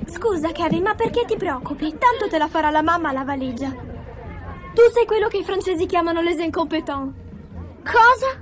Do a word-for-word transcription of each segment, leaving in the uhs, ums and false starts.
Scusa, Kevin, ma perché ti preoccupi? Tanto te la farà la mamma la valigia. Tu sei quello che i francesi chiamano les incompetents. Cosa?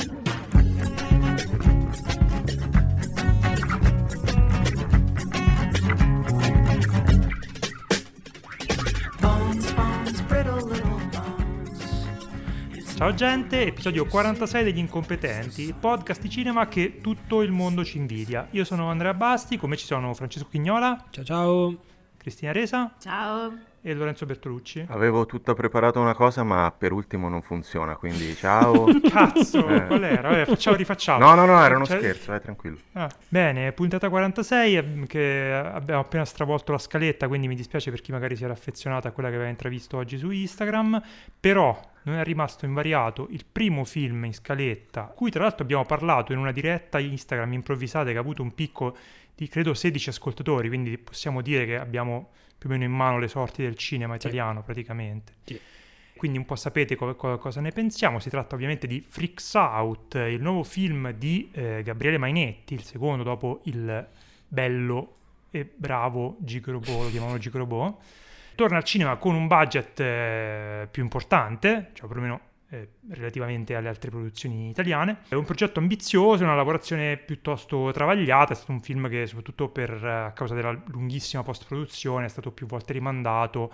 Ciao gente, episodio quarantasei degli Incompetenti, il podcast di cinema che tutto il mondo ci invidia. Io sono Andrea Basti, con me ci sono Francesco Chignola. Ciao ciao. Cristina Resa. Ciao. E Lorenzo Bertolucci. Avevo tutta preparata una cosa, ma per ultimo non funziona, quindi ciao. Cazzo, Eh. qual era? Vabbè, facciamo, rifacciamo. No, no, no, era uno Cioè- scherzo, eh, tranquillo. Ah, bene, puntata quarantasei, eh, che abbiamo appena stravolto la scaletta, quindi mi dispiace per chi magari si era affezionato a quella che aveva intravisto oggi su Instagram, però non è rimasto invariato il primo film in scaletta, cui tra l'altro abbiamo parlato in una diretta Instagram improvvisata che ha avuto un picco di credo sedici ascoltatori, quindi possiamo dire che abbiamo più o meno in mano le sorti del cinema italiano, sì, praticamente. Sì. Quindi un po' sapete co- co- cosa ne pensiamo. Si tratta ovviamente di Freaks Out, il nuovo film di eh, Gabriele Mainetti, il secondo dopo il bello e bravo Gico Robot, lo chiamano Gico Robot. Torna al cinema con un budget eh, più importante, cioè perlomeno eh, relativamente alle altre produzioni italiane. È un progetto ambizioso, una lavorazione piuttosto travagliata, è stato un film che soprattutto per, a causa della lunghissima post-produzione è stato più volte rimandato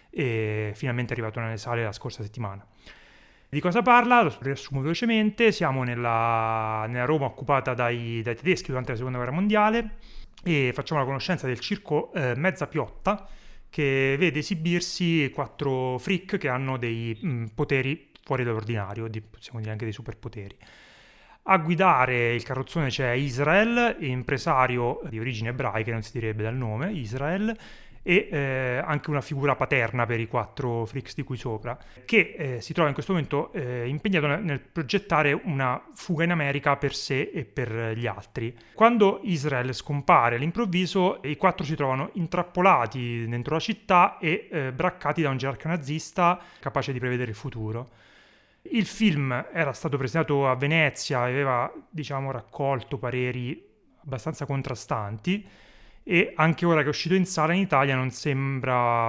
e finalmente è arrivato nelle sale la scorsa settimana. Di cosa parla? Lo riassumo velocemente. Siamo nella, nella Roma occupata dai, dai tedeschi durante la seconda guerra mondiale e facciamo la conoscenza del circo eh, Mezza Piotta, che vede esibirsi quattro freak che hanno dei mh, poteri fuori dall'ordinario, di, possiamo dire anche dei superpoteri. A guidare il carrozzone c'è Israel, impresario di origine ebraica, non si direbbe dal nome, Israel, e eh, anche una figura paterna per i quattro freaks di cui sopra, che eh, si trova in questo momento eh, impegnato nel, nel progettare una fuga in America per sé e per gli altri. Quando Israel scompare all'improvviso, i quattro si trovano intrappolati dentro la città e eh, braccati da un gerarca nazista capace di prevedere il futuro. Il film era stato presentato a Venezia, aveva, diciamo, raccolto pareri abbastanza contrastanti, e anche ora che è uscito in sala in Italia non sembra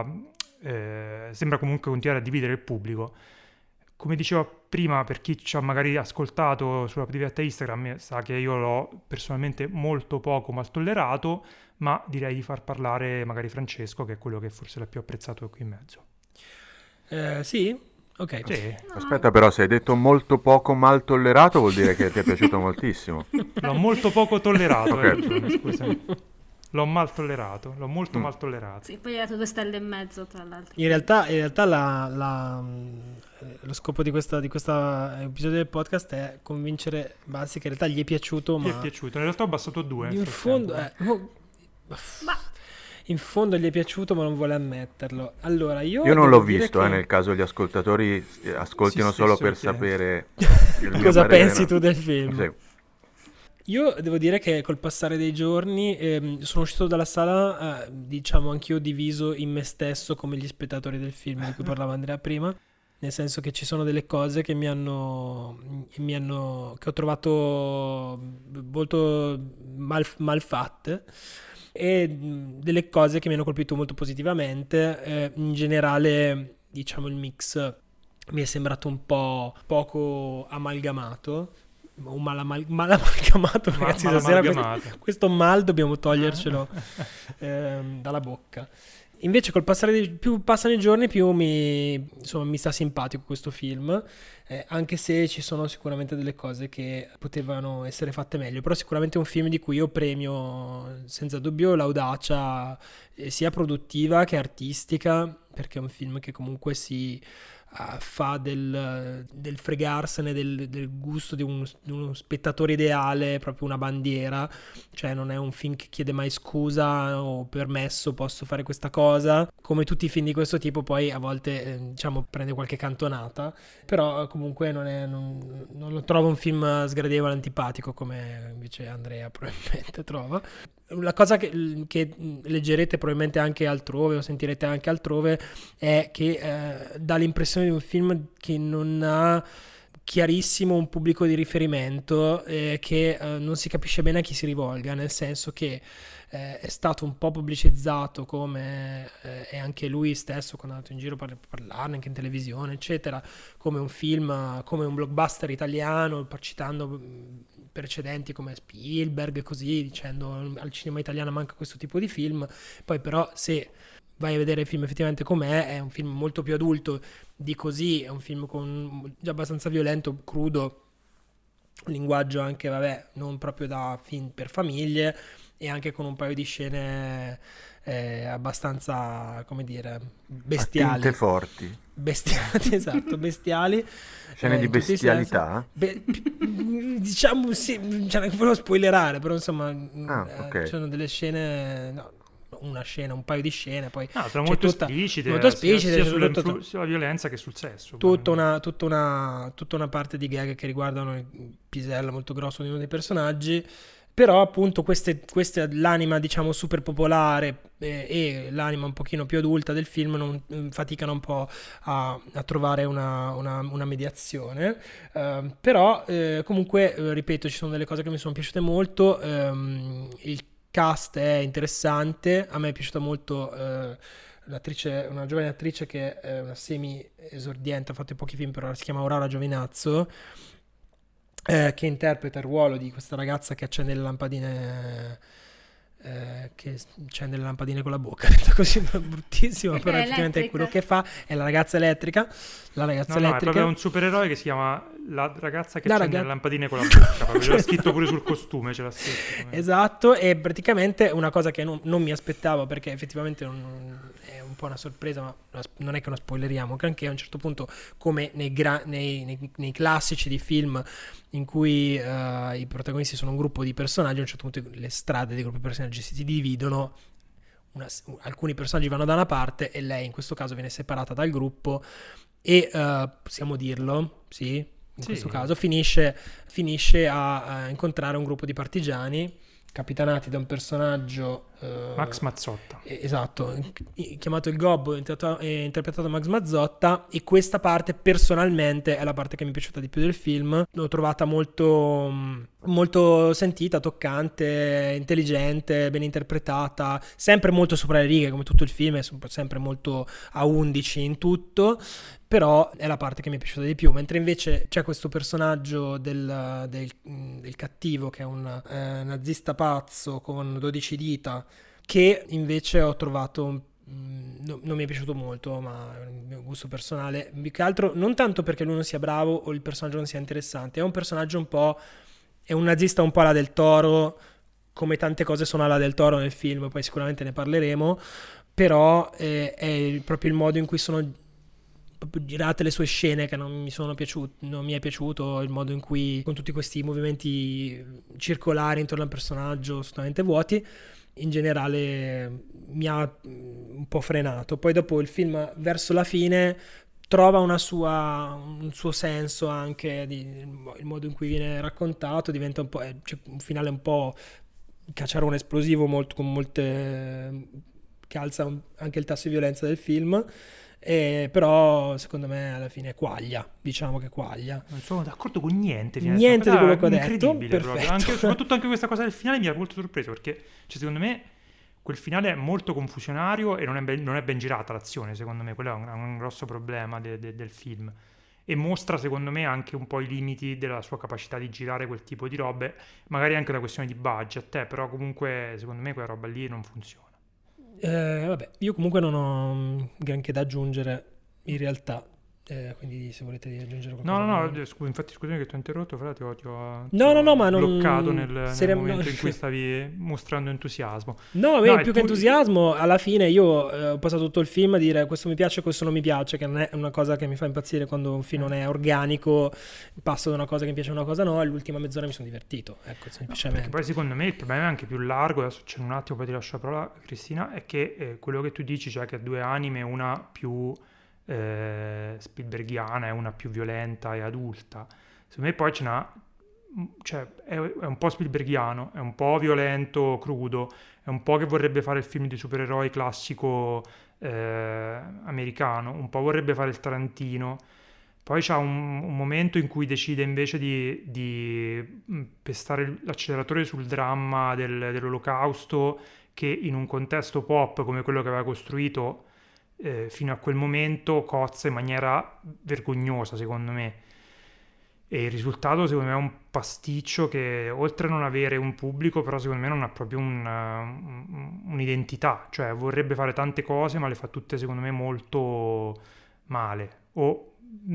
eh, sembra comunque continuare a dividere il pubblico. Come dicevo prima, per chi ci ha magari ascoltato sulla diretta Instagram sa che io l'ho personalmente molto poco mal tollerato, ma direi di far parlare magari Francesco, che è quello che forse l'ha più apprezzato qui in mezzo. Eh, sì? Ok. Sì, Aspetta, però, se hai detto molto poco mal tollerato, vuol dire che ti è piaciuto moltissimo. l'ho molto poco tollerato, Ok. hai ragione, scusami. L'ho mal tollerato, l'ho molto Mm. mal tollerato. Sì, poi hai dato due stelle e mezzo, tra l'altro. In realtà, in realtà la, la, eh, lo scopo di questo di questa episodio del podcast è convincere Basti che in realtà gli è piaciuto, Mi ma è piaciuto, in realtà ho abbassato a due. in nel fondo, frattempo. eh, oh, in fondo gli è piaciuto, ma non vuole ammetterlo. Allora, io Io non devo l'ho dire visto, che- eh, nel caso gli ascoltatori eh, ascoltino Sì, solo stesso, per perché- sapere il mio cosa parere, pensi no? tu del film. Sì. Io devo dire che col passare dei giorni ehm, sono uscito dalla sala, eh, diciamo anch'io diviso in me stesso come gli spettatori del film di cui parlava Andrea prima, nel senso che ci sono delle cose che mi hanno, mi hanno che ho trovato molto mal, mal fatte e mh, delle cose che mi hanno colpito molto positivamente. Eh, in generale, diciamo, il mix mi è sembrato un po' poco amalgamato. Un mal, amal- mal amalgamato, Ma- ragazzi. mal Stasera amalgamato. questo, questo mal dobbiamo togliercelo ehm, dalla bocca. Invece, col passare di, più passano i giorni, più mi, insomma, mi sta simpatico questo film. Eh, anche se ci sono sicuramente delle cose che potevano essere fatte meglio. Però, sicuramente è un film di cui io premio senza dubbio l'audacia, eh, sia produttiva che artistica, perché è un film che comunque si uh, fa del, del fregarsene del, del gusto di, un, di uno spettatore ideale, proprio una bandiera. Cioè non è un film che chiede mai scusa o permesso, posso fare questa cosa. Come tutti i film di questo tipo, poi a volte eh, diciamo prende qualche cantonata, però comunque non, è, non, non lo trovo un film sgradevole, antipatico, come invece Andrea probabilmente trova. La cosa che, che leggerete probabilmente anche altrove o sentirete anche altrove è che eh, dà l'impressione di un film che non ha chiarissimo un pubblico di riferimento, eh, che eh, non si capisce bene a chi si rivolga, nel senso che eh, è stato un po' pubblicizzato come, eh, e anche lui stesso quando è andato in giro per parlarne anche in televisione eccetera, come un film, come un blockbuster italiano, citando precedenti come Spielberg e così, dicendo al cinema italiano manca questo tipo di film. Poi però se vai a vedere il film effettivamente com'è, è un film molto più adulto di così, è un film con già abbastanza violento, crudo, un linguaggio anche, vabbè, non proprio da film per famiglie, e anche con un paio di scene eh, abbastanza, come dire, bestiali. A tinte forti. Bestiali, esatto, bestiali. Scene eh, di bestialità? Be- diciamo, sì, cioè, non volevo spoilerare, però insomma, Ah, eh, ok. ci sono delle scene... No, una scena, un paio di scene, poi No, sono c'è molto tutta, esplicite, molto sia- esplicite, sia, c'è sulla, tutto- influ- sulla violenza che sul sesso. tutta una, tutta, una, tutta una parte di gag che riguardano il pisello molto grosso di uno dei personaggi, però appunto queste, queste l'anima diciamo super popolare eh, e l'anima un pochino più adulta del film non, faticano un po' a, a trovare una, una, una mediazione, eh, però eh, comunque eh, ripeto, ci sono delle cose che mi sono piaciute molto, ehm, il cast è interessante, a me è piaciuta molto eh, l'attrice, una giovane attrice che è una semi esordiente, ha fatto pochi film però si chiama Aurora Giovinazzo, eh, che interpreta il ruolo di questa ragazza che accende le lampadine eh, che accende le lampadine con la bocca, detta così bruttissimo, però È effettivamente è elettrica. quello che fa, è la ragazza elettrica, la ragazza No, no, è elettrica. proprio un supereroe che si chiama La ragazza che La accende raga- le lampadine con la bocca, proprio. Ce l'ha scritto pure sul costume, ce l'ha scritto. come- Esatto, e praticamente una cosa che non, non mi aspettavo, perché effettivamente non- è un po' una sorpresa, ma non è che lo spoileriamo, che anche a un certo punto, come nei, gra- nei- nei- nei classici di film in cui eh, i protagonisti sono un gruppo di personaggi, a un certo punto le strade dei gruppi di personaggi si dividono, una- alcuni personaggi vanno da una parte e lei in questo caso viene separata dal gruppo e eh, possiamo dirlo, sì, in Sì. questo caso finisce, finisce a, a incontrare un gruppo di partigiani capitanati da un personaggio eh, Max Mazzotta. eh, esatto, chi- chiamato il Gobbo, interpretato, eh, interpretato da Max Mazzotta, e questa parte personalmente è la parte che mi è piaciuta di più del film. L'ho trovata molto mh, molto sentita, toccante, intelligente, ben interpretata, sempre molto sopra le righe come tutto il film, è sempre molto a undici in tutto, però è la parte che mi è piaciuta di più, mentre invece c'è questo personaggio del, del, del cattivo che è un eh, nazista pazzo con dodici dita, che invece ho trovato mh, no- non mi è piaciuto molto, ma è un mio gusto personale, più che altro non tanto perché lui non sia bravo o il personaggio non sia interessante, è un personaggio un po', è un nazista un po' alla Del Toro, come tante cose sono alla Del Toro nel film, poi sicuramente ne parleremo, però eh, è il- proprio il modo in cui sono proprio girate le sue scene che non mi sono piaciute, non mi è piaciuto il modo in cui, con tutti questi movimenti circolari intorno al personaggio assolutamente vuoti, in generale mi ha mm, un po' frenato. Poi dopo il film verso la fine trova una sua, un suo senso anche di, il modo in cui viene raccontato, diventa un po' eh, c'è un finale un po' cacciarone esplosivo, molto, con molte che alza un- anche il tasso di violenza del film. Eh, però secondo me alla fine quaglia, diciamo che quaglia. Non sono d'accordo con niente. fino Niente adesso. di quello che ho Questa- detto, incredibile proprio. perfetto. Anche, soprattutto anche questa cosa del finale mi ha molto sorpreso perché cioè, secondo me quel finale è molto confusionario e non è ben, non è ben girata l'azione, secondo me quello è un, un grosso problema de- de- del film, e mostra secondo me anche un po' i limiti della sua capacità di girare quel tipo di robe, magari anche una questione di budget, eh, però comunque secondo me quella roba lì non funziona. Eh, vabbè, io comunque non ho mm, granché da aggiungere in realtà, eh, quindi se volete aggiungere qualcosa. No, no, voi. no, eh, scusa, infatti scusami che ti ho interrotto, fra ti ho, ti ho, ti No, ho no, no, ma non- bloccato nel, nel seriam- momento no. in cui stavi mostrando entusiasmo. No, a me No, più il che pu- entusiasmo, alla fine io eh, ho passato tutto il film a dire questo mi piace, questo non mi piace, che non è una cosa che mi fa impazzire quando un film non è organico, passo da una cosa che mi piace a una cosa no, e l'ultima mezz'ora mi sono divertito, ecco, Perché semplicemente. poi secondo me il problema è anche più largo, adesso c'è un attimo, poi ti lascio la parola Cristina, è che eh, quello che tu dici, cioè che ha due anime, una più eh, Spielbergiana e una più violenta e adulta, secondo me poi ce n'ha, cioè è, è un po' Spielbergiano, è un po' violento, crudo, è un po' che vorrebbe fare il film di supereroi classico eh, americano, un po' vorrebbe fare il Tarantino, Poi c'ha un, un momento in cui decide invece di, di mh, pestare l'acceleratore sul dramma del- dell'Olocausto, che in un contesto pop come quello che aveva costruito eh, fino a quel momento cozza in maniera vergognosa, secondo me. E il risultato, secondo me, è un pasticcio che, oltre a non avere un pubblico, però secondo me non ha proprio un, un- un'identità. Cioè, vorrebbe fare tante cose, ma le fa tutte, secondo me, molto male. O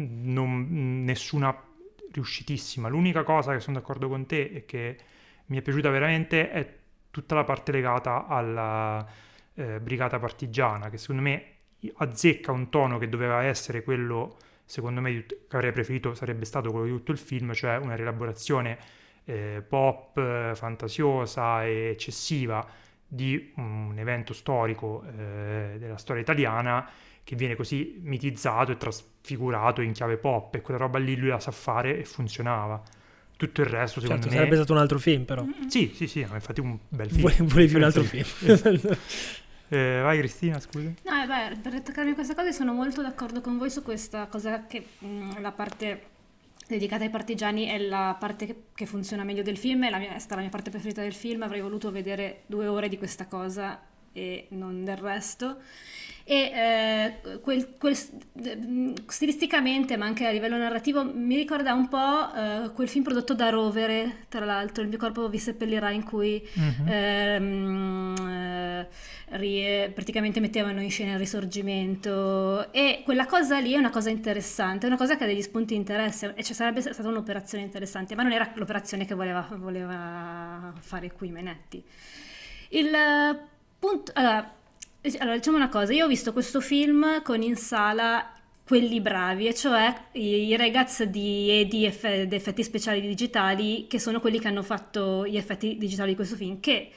non- nessuna riuscitissima. L'unica cosa che sono d'accordo con te e che mi è piaciuta veramente è tutta la parte legata alla eh, brigata partigiana, che secondo me azzecca un tono che doveva essere quello, secondo me, di tut- che avrei preferito sarebbe stato quello di tutto il film, cioè una rielaborazione eh, pop, eh, fantasiosa e eccessiva di un evento storico eh, della storia italiana, che viene così mitizzato e trasfigurato in chiave pop, e quella roba lì lui la sa fare e funzionava. Tutto il resto, secondo Certo, me... sarebbe stato un altro film, però. Sì, sì, sì, no, infatti un bel film. Vole- Volevi un altro Sì. film. Eh, vai Cristina, scusa. No, eh, beh, per attaccarmi a questa cosa sono molto d'accordo con voi su questa cosa che mh, la parte dedicata ai partigiani è la parte che, che funziona meglio del film, è, la mia, è stata la mia parte preferita del film, avrei voluto vedere due ore di questa cosa e non del resto. E eh, quel, quel- mh, stilisticamente, ma anche a livello narrativo, mi ricorda un po' eh, quel film prodotto da Rovere, tra l'altro, Il mio corpo vi seppellirà, in cui Mhm. ehm, eh, ri- praticamente mettevano in scena il risorgimento, e quella cosa lì è una cosa interessante, è una cosa che ha degli spunti interessanti, e ci sarebbe stata un'operazione interessante, ma non era l'operazione che voleva, voleva fare qui Menetti. Il eh, punto, allora, dic- allora, diciamo una cosa, io ho visto questo film con in sala quelli bravi, e cioè i, i ragazzi di E D I Eff- di effetti speciali digitali, che sono quelli che hanno fatto gli effetti digitali di questo film, che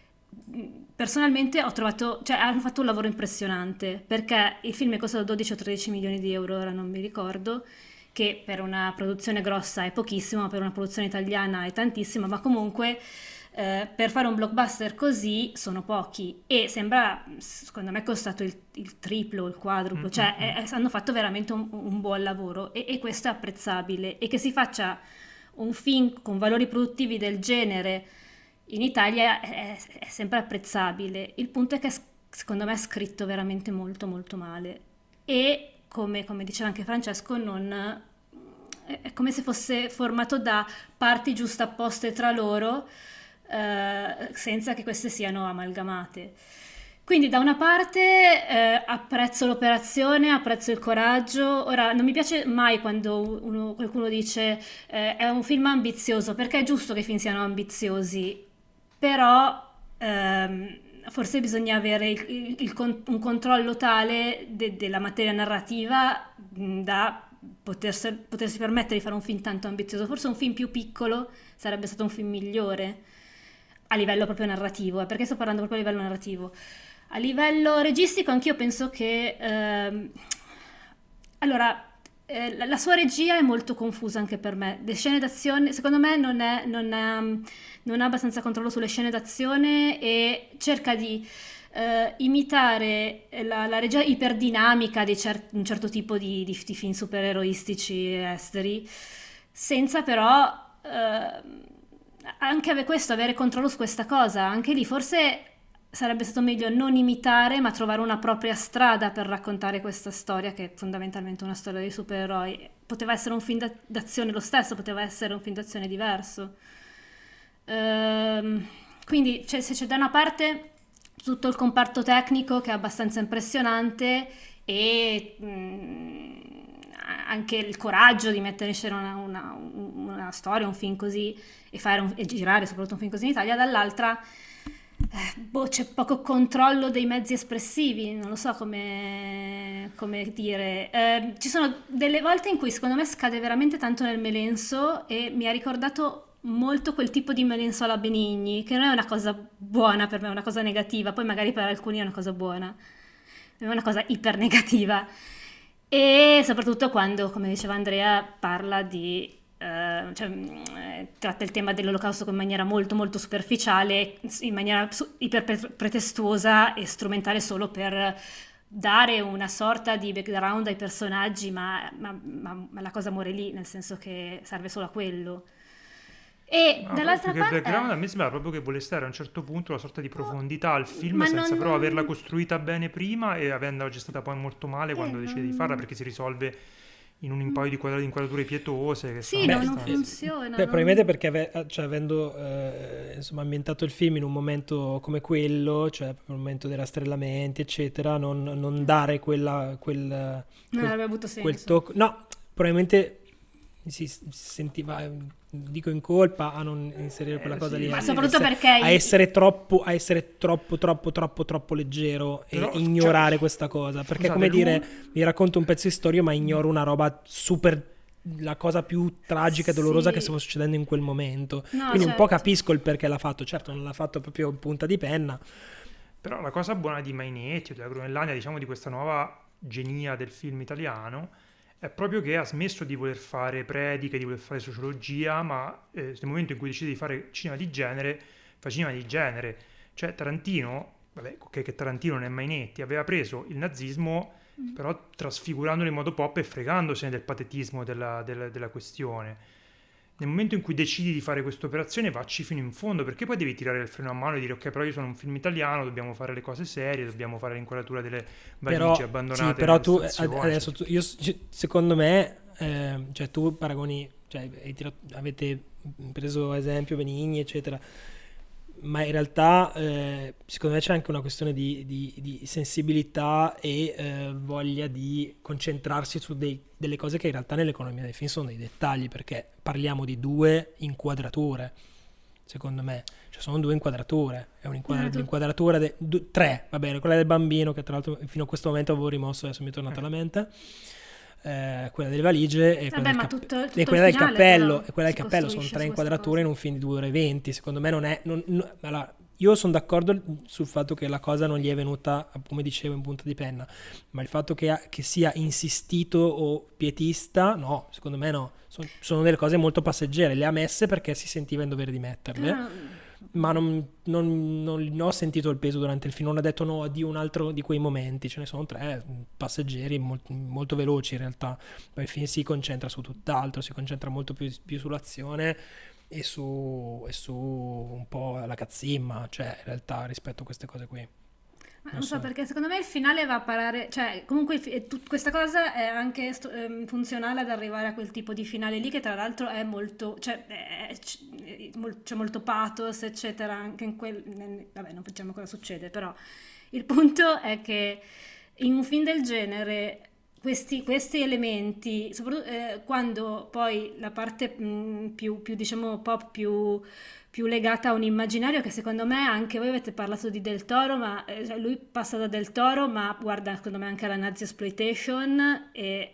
mh, personalmente ho trovato, cioè hanno fatto un lavoro impressionante, perché il film è costato dodici o tredici milioni di euro, ora non mi ricordo, che per una produzione grossa è pochissimo, ma per una produzione italiana è tantissimo, ma comunque eh, per fare un blockbuster così sono pochi, e sembra, secondo me, è costato il, il triplo, il quadruplo, Mm, cioè mm, mm. eh, hanno fatto veramente un, un buon lavoro, e, e questo è apprezzabile, e che si faccia un film con valori produttivi del genere in Italia è, è sempre apprezzabile. Il punto è che secondo me è scritto veramente molto molto male, e come, come diceva anche Francesco, non, è come se fosse formato da parti giustapposte tra loro, eh, senza che queste siano amalgamate. Quindi da una parte eh, apprezzo l'operazione, apprezzo il coraggio. Ora, non mi piace mai quando uno- qualcuno dice eh, è un film ambizioso, perché è giusto che i film siano ambiziosi, però ehm, forse bisogna avere il- il- il con- un controllo tale de- della materia narrativa mh, da potersi, potersi permettere di fare un film tanto ambizioso. Forse un film più piccolo sarebbe stato un film migliore a livello proprio narrativo, eh, perché sto parlando proprio a livello narrativo. A livello registico anch'io penso che ehm, allora eh, la, la sua regia è molto confusa anche per me. Le scene d'azione, secondo me, non è, non è- non ha abbastanza controllo sulle scene d'azione, e cerca di eh, imitare la, la regia iperdinamica di cer- un certo tipo di, di- di film supereroistici esteri, senza però eh, anche ave- questo, avere controllo su questa cosa. Anche lì forse sarebbe stato meglio non imitare, ma trovare una propria strada per raccontare questa storia, che è fondamentalmente una storia dei supereroi. Poteva essere un film d'a- d'azione lo stesso, poteva essere un film d'azione diverso. Ehm, quindi cioè, se c'è da una parte tutto il comparto tecnico, che è abbastanza impressionante, e mh, anche il coraggio di mettere in scena una, una- una storia, un film così, e, fare un- e girare soprattutto un film così in Italia, dall'altra eh, boh, c'è poco controllo dei mezzi espressivi, non lo so come, come dire. Eh, ci sono delle volte in cui secondo me scade veramente tanto nel melenso, e mi ha ricordato molto quel tipo di melenso alla Benigni, che non è una cosa buona per me, è una cosa negativa, poi magari per alcuni è una cosa buona, è una cosa iper negativa. E soprattutto quando, come diceva Andrea, parla di, eh, cioè, mh, eh, tratta il tema dell'olocausto in maniera molto molto superficiale, in maniera su- iper pre- pretestuosa e strumentale, solo per dare una sorta di background ai personaggi, ma, ma, ma, ma la cosa muore lì, nel senso che serve solo a quello. E No, dall'altra più che il parte... background a me sembra proprio che volesse dare a un certo punto una sorta di profondità al film ma senza non- però non- averla costruita bene prima e avendola gestita poi molto male Eh, quando decide di non- farla, perché si risolve in un paio di quadra- inquadrature pietose che Sì, sono no, non abbastanza- funziona. Beh, non- probabilmente perché ave- cioè, avendo eh, insomma, ambientato il film in un momento come quello, cioè proprio il momento dei rastrellamenti, eccetera, non, non dare quella, quel, Non quel, avrebbe avuto quel senso. tocco. No, probabilmente si, si sentiva, dico, in colpa a non inserire quella Eh, cosa sì, lì. ma a soprattutto essere- perché a i- essere troppo, a essere troppo, troppo, troppo, troppo leggero Però, e ignorare cioè, questa cosa. Perché, scusate, come lui- dire, mi racconto un pezzo di storia, ma ignoro una roba super. La cosa più tragica e dolorosa Sì. che stava succedendo in quel momento. No, Quindi un po' certo. capisco il perché l'ha fatto. Certo, non l'ha fatto proprio in punta di penna. Però la cosa buona di Mainetti o della Groenlandia, diciamo di questa nuova genia del film italiano, è proprio che ha smesso di voler fare prediche, di voler fare sociologia, ma eh, nel momento in cui decide di fare cinema di genere, fa cinema di genere. Cioè Tarantino, vabbè, ok che Tarantino non è Mainetti, aveva preso il nazismo però trasfigurandolo in modo pop e fregandosene del patetismo della, della- della questione. Nel momento in cui decidi di fare questa operazione, vacci fino in fondo, perché poi devi tirare il freno a mano e dire ok, però io sono un film italiano, dobbiamo fare le cose serie, dobbiamo fare l'inquadratura delle valigie Però, abbandonate sì, però tu nelle ad- stazioni, adesso cioè. tu- io, secondo me, eh, cioè tu paragoni, cioè hai tirato- avete preso esempio Benigni, eccetera. Ma in realtà eh, secondo me c'è anche una questione di, di- di sensibilità e eh, voglia di concentrarsi su dei- delle cose che in realtà nell'economia dei film sono dei dettagli, perché parliamo di due inquadrature, secondo me. Cioè sono due inquadrature, è un'inquadra- Eh, tu- l'inquadratura de- du- tre, va bene, quella del bambino che tra l'altro fino a questo momento avevo rimosso, adesso mi è tornata alla mente. Eh, quella delle valigie e quella Vabbè, del, ma cap- tutto- tutto e il quella del finale, cappello però, e quella del si cappello sono costruisce tre su questa inquadrature in cosa. un film di due ore e venti. Secondo me non è non- non- allora, io sono d'accordo sul fatto che la cosa non gli è venuta, come dicevo, in punta di penna, ma il fatto che, ha- che sia insistito o pietista, no, secondo me no. Son- sono delle cose molto passeggere, le ha messe perché si sentiva in dovere di metterle, Ah, ma non, non- non ne ho sentito il peso durante il film, non ho detto no di un altro di quei momenti, ce ne sono tre passeggeri mol- molto veloci in realtà. Poi il film si concentra su tutt'altro, si concentra molto più, più sull'azione e su, e su un po' la cazzimma, cioè in realtà rispetto a queste cose qui. Ma Non non so, so. perché secondo me il finale va a parare, cioè comunque il fi- e tut- questa cosa è anche sto- ehm, funzionale ad arrivare a quel tipo di finale lì che tra l'altro è molto, cioè è- c- è mol- c'è molto pathos eccetera anche in quel, nel- vabbè non facciamo cosa succede, però il punto è che in un film del genere questi, questi elementi, soprattutto eh, quando poi la parte mh, più, più diciamo pop più più legata a un immaginario che secondo me anche voi avete parlato di Del Toro, ma eh, cioè, lui passa da Del Toro, ma guarda secondo me anche alla Nazi Exploitation e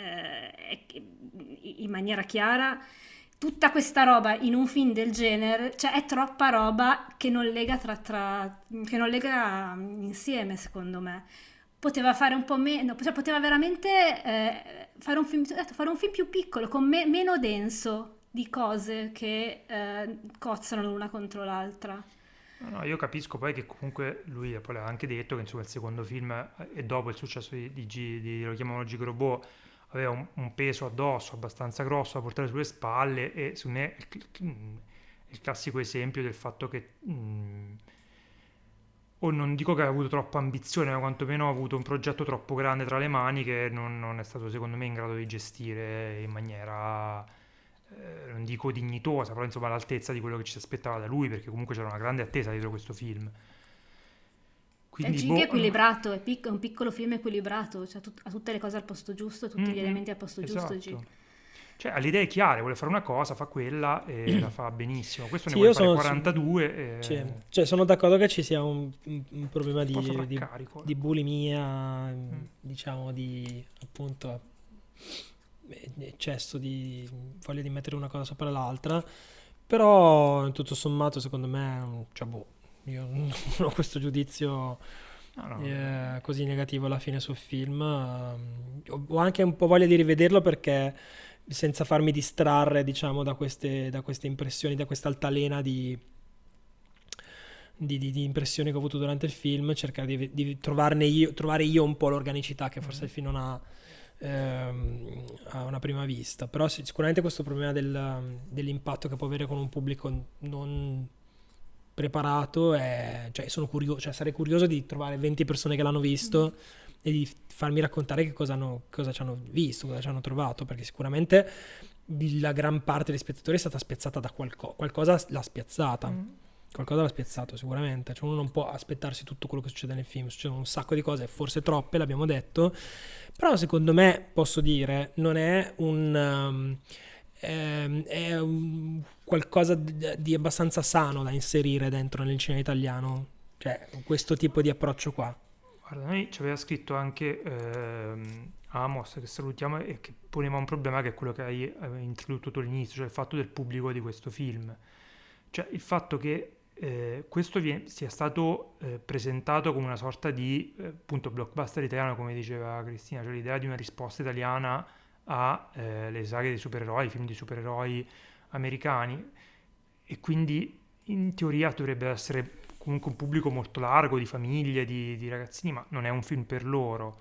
eh, e- in maniera chiara tutta questa roba in un film del genere, cioè è troppa roba che non lega tra, tra che non lega insieme secondo me. Poteva fare un po' meno, cioè poteva veramente eh, fare un film, ho detto, fare un film più piccolo, con me- meno denso di cose che eh, cozzano l'una contro l'altra. No, no, io capisco poi che comunque lui poi l'ha anche detto che insomma il secondo film eh, e dopo il successo di, di, G- di- lo chiamano Gigrobot aveva un, un peso addosso abbastanza grosso da portare sulle spalle e su me è il, il classico esempio del fatto che mm, o non dico che ha avuto troppa ambizione, ma quantomeno ha avuto un progetto troppo grande tra le mani che non, non è stato secondo me in grado di gestire in maniera eh, non dico dignitosa, però insomma all'altezza di quello che ci si aspettava da lui, perché comunque c'era una grande attesa dietro questo film. È Quindi, Gig boh, equilibrato, è, pic- è un piccolo film equilibrato, cioè tut- ha tutte le cose al posto giusto, tutti Mm, gli mm, elementi al posto giusto. esatto. Gig. Cioè ha le idee chiare, vuole fare una cosa, fa quella e la fa benissimo. Questo Sì, ne vuole io fare sono- quarantadue e Sì. Cioè, sono d'accordo che ci sia un, un- un problema di, un po' di, sovraccarico. di bulimia, diciamo, di appunto eh, eccesso di voglia di mettere una cosa sopra l'altra, però tutto sommato secondo me, cioè boh, io non ho questo giudizio No, no. eh, così negativo alla fine sul film. ehm, ho ho anche un po' voglia di rivederlo perché senza farmi distrarre, diciamo, da queste, da queste impressioni, da questa altalena di, di, di, di impressioni che ho avuto durante il film, cercare di, di trovarne io, trovare io un po' l'organicità che forse il film non ha ehm, a una prima vista. Però sicuramente questo problema del, dell'impatto che può avere con un pubblico non preparato è, cioè, sono curioso, cioè sarei curioso di trovare venti persone che l'hanno visto e di farmi raccontare che cosa hanno, cosa ci hanno visto, cosa ci hanno trovato, perché sicuramente la gran parte degli spettatori è stata spiazzata da qualcosa, qualcosa l'ha spiazzata, mm. qualcosa l'ha spiazzato sicuramente, cioè uno non può aspettarsi tutto quello che succede nel film, succedono un sacco di cose, forse troppe, l'abbiamo detto, però secondo me, posso dire, non è un... Um, è, è un qualcosa di, di abbastanza sano da inserire dentro nel cinema italiano, cioè questo tipo di approccio qua. Guarda, noi ci aveva scritto anche ehm, Amos, che salutiamo, e che poneva un problema che è quello che hai introdotto tu all'inizio, cioè il fatto del pubblico di questo film. Cioè il fatto che eh, questo viene, sia stato eh, presentato come una sorta di eh, appunto blockbuster italiano, come diceva Cristina, cioè l'idea di una risposta italiana alle eh, saghe di supereroi, film di supereroi americani, e quindi in teoria dovrebbe essere comunque un pubblico molto largo, di famiglie, di, di ragazzini, ma non è un film per loro.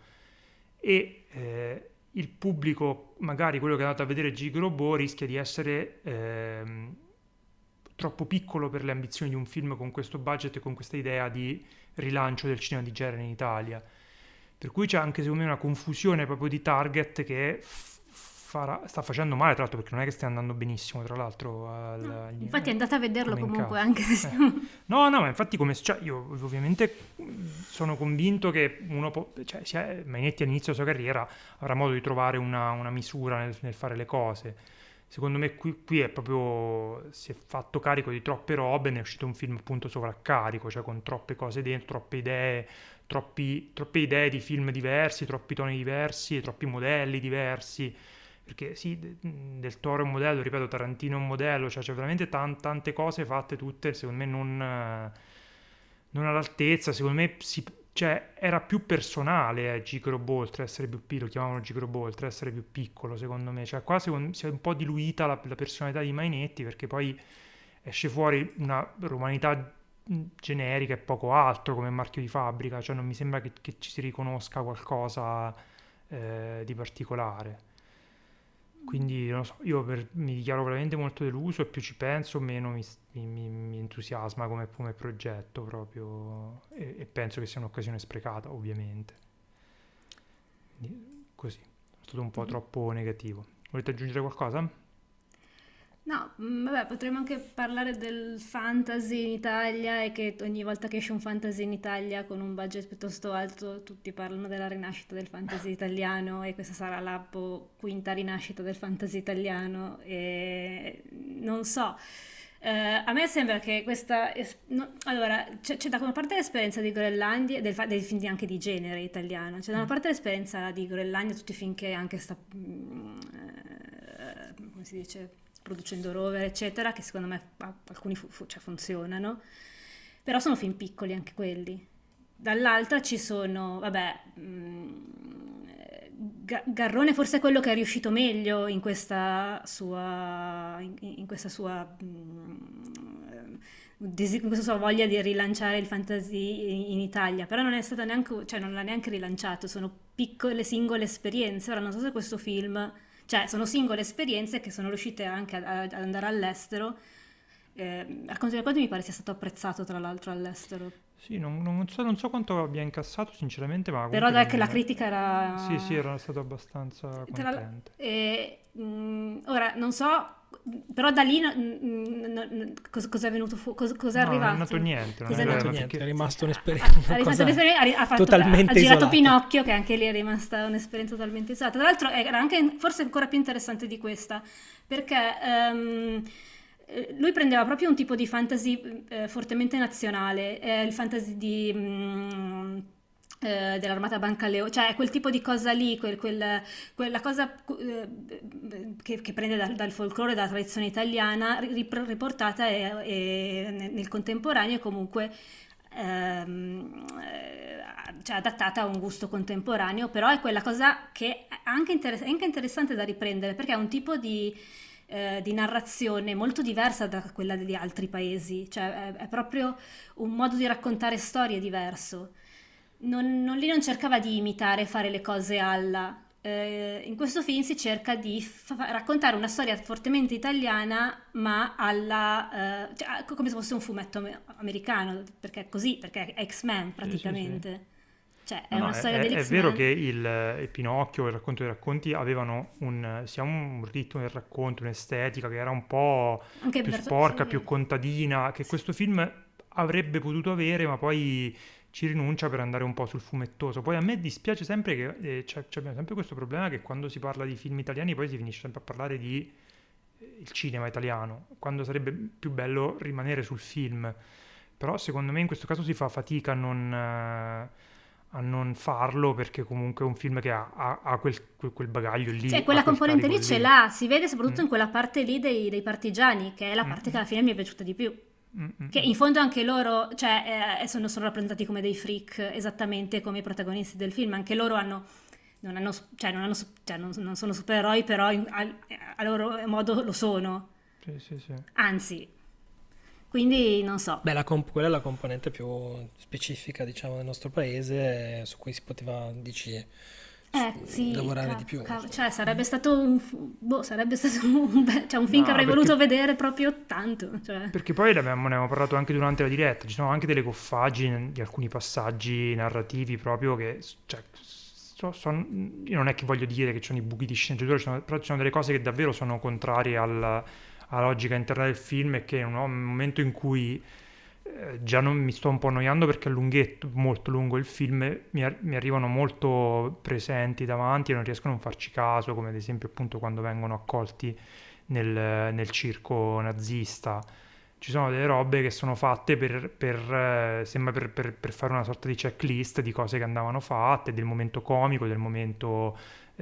E eh, il pubblico, magari quello che è andato a vedere Giga Robot, rischia di essere ehm, troppo piccolo per le ambizioni di un film con questo budget e con questa idea di rilancio del cinema di genere in Italia. Per cui c'è anche secondo me una confusione proprio di target che f- farà, sta facendo male, tra l'altro, perché non è che stia andando benissimo, tra l'altro. Al, no, agli, infatti è andata a vederlo comunque, caso. anche se... Eh. No, no, ma infatti come... Cioè, io ovviamente sono convinto che uno può... Cioè, sia, Mainetti all'inizio della sua carriera avrà modo di trovare una, una misura nel, nel fare le cose. Secondo me qui, qui è proprio... si è fatto carico di troppe robe, ne è uscito un film appunto sovraccarico, cioè con troppe cose dentro, troppe idee, troppi, troppe idee di film diversi, troppi toni diversi, troppi modelli diversi. Perché sì, Del Toro è un modello, ripeto, Tarantino è un modello, cioè c'è veramente tan- tante cose fatte tutte, secondo me non, non all'altezza, secondo me si, cioè, era più personale eh, Giga Robot, oltre ad essere più piccolo, lo chiamavano Giga Robot, oltre ad essere più piccolo, secondo me, cioè qua secondo, si è un po' diluita la, la personalità di Mainetti, perché poi esce fuori una romanità generica e poco altro come marchio di fabbrica, cioè non mi sembra che, che ci si riconosca qualcosa eh, di particolare. Quindi non so, io per, mi dichiaro veramente molto deluso, e più ci penso meno mi, mi, mi entusiasma come, come progetto proprio, e, e penso che sia un'occasione sprecata, ovviamente. Quindi, così, è stato un po' mm-hmm. troppo negativo. Volete aggiungere qualcosa? No, vabbè, potremmo anche parlare del fantasy in Italia, e che ogni volta che esce un fantasy in Italia con un budget piuttosto alto tutti parlano della rinascita del fantasy italiano, e questa sarà la po- quinta rinascita del fantasy italiano, e non so, eh, a me sembra che questa es- no, allora c'è, c'è da una parte l'esperienza di Groenlandia, del fa- dei film di- anche di genere italiano, c'è da una parte l'esperienza di Groenlandia, tutti i film che anche sta mm, eh, come si dice, producendo Rover, eccetera, che secondo me alcuni fu- fu- cioè funzionano, però sono film piccoli anche quelli. Dall'altra ci sono, vabbè, mh, Ga- Garrone forse è quello che è riuscito meglio in questa sua, in, in questa sua, mh, desi- in questa sua voglia di rilanciare il fantasy in, in Italia, però non è stato neanche, cioè non l'ha neanche rilanciato, sono piccole singole esperienze. Ora non so se questo film... Cioè, sono singole esperienze che sono riuscite anche ad andare all'estero. Eh, al conto delle cose mi pare sia stato apprezzato, tra l'altro, all'estero. Sì, non, non, so, non so quanto abbia incassato, sinceramente, ma... Però dai, non... che la critica era... Sì, sì, era stato abbastanza contento. E, mh, ora, non so... Però da lì no, no, no, cosa, cosa è venuto fuori? Cosa, cosa è no, arrivato? Non è nato niente. Non è nato niente, perché... è rimasto un'esperienza. Ha, rimasto un'esperienza, ha, fatto, totalmente ha girato isolata. Pinocchio, che anche lì è rimasta un'esperienza totalmente isolata. Tra l'altro era anche forse ancora più interessante di questa, perché um, lui prendeva proprio un tipo di fantasy eh, fortemente nazionale, eh, il fantasy di... Um, Eh, dell'Armata Bancaleone, cioè quel tipo di cosa lì, quel, quel, quella cosa eh, che, che prende dal, dal folklore, dalla tradizione italiana, rip- riportata e, e nel, nel contemporaneo, comunque ehm, cioè adattata a un gusto contemporaneo, però è quella cosa che è anche, interess- è anche interessante da riprendere, perché è un tipo di eh, di narrazione molto diversa da quella di altri paesi, cioè è, è proprio un modo di raccontare storie diverso. Non, non, lì non cercava di imitare, fare le cose alla... Eh, in questo film si cerca di fa- raccontare una storia fortemente italiana, ma alla... Eh, cioè, come se fosse un fumetto me- americano, perché è così, perché è X-Men praticamente. Sì, sì, sì. Cioè, è no, una no, storia è, degli è X-Men. vero che il, il Pinocchio e il racconto dei racconti avevano un, sia un ritmo del racconto, un'estetica che era un po' Anche più verso- sporca, sì. più contadina, che questo film avrebbe potuto avere, ma poi ci rinuncia per andare un po' sul fumettoso. Poi a me dispiace sempre che eh, c'è, c'è abbiamo sempre questo problema che quando si parla di film italiani poi si finisce sempre a parlare di eh, il cinema italiano, quando sarebbe più bello rimanere sul film. Però secondo me in questo caso si fa fatica a non... Eh, a non farlo, perché comunque è un film che ha, ha, ha quel, quel bagaglio lì. Cioè, quella quel componente lì ce lì. l'ha, si vede soprattutto Mm. in quella parte lì dei, dei partigiani, che è la parte Mm. che alla fine mi è piaciuta di più. Mm-mm. Che in fondo anche loro, cioè, eh, sono, sono rappresentati come dei freak, esattamente come i protagonisti del film. Anche loro hanno, non, hanno, cioè, non, hanno, cioè, non, non sono supereroi, però in, a, a loro modo lo sono. Sì, sì, sì. Anzi, quindi non so. Beh, la comp- quella è la componente più specifica, diciamo, del nostro paese, eh, su cui si poteva, dici, Eh, sì, lavorare ca- di più. ca- cioè sarebbe stato un, boh, sarebbe stato un, be- cioè, un film No, che avrei perché- voluto vedere proprio tanto, cioè. Perché poi ne abbiamo, ne abbiamo parlato anche durante la diretta, ci sono anche delle goffaggini di alcuni passaggi narrativi proprio che, cioè, so- son- io non è che voglio dire che ci sono i buchi di sceneggiatura, ci sono- però ci sono delle cose che davvero sono contrarie al- alla logica interna del film, e che in un momento in cui eh, già non mi sto un po' annoiando perché è lunghetto, molto lungo il film, mi, ar- mi arrivano molto presenti davanti e non riesco a non farci caso, come ad esempio appunto quando vengono accolti nel, nel circo nazista. Ci sono delle robe che sono fatte per, per, eh, sembra per, per, per fare una sorta di checklist di cose che andavano fatte, del momento comico, del momento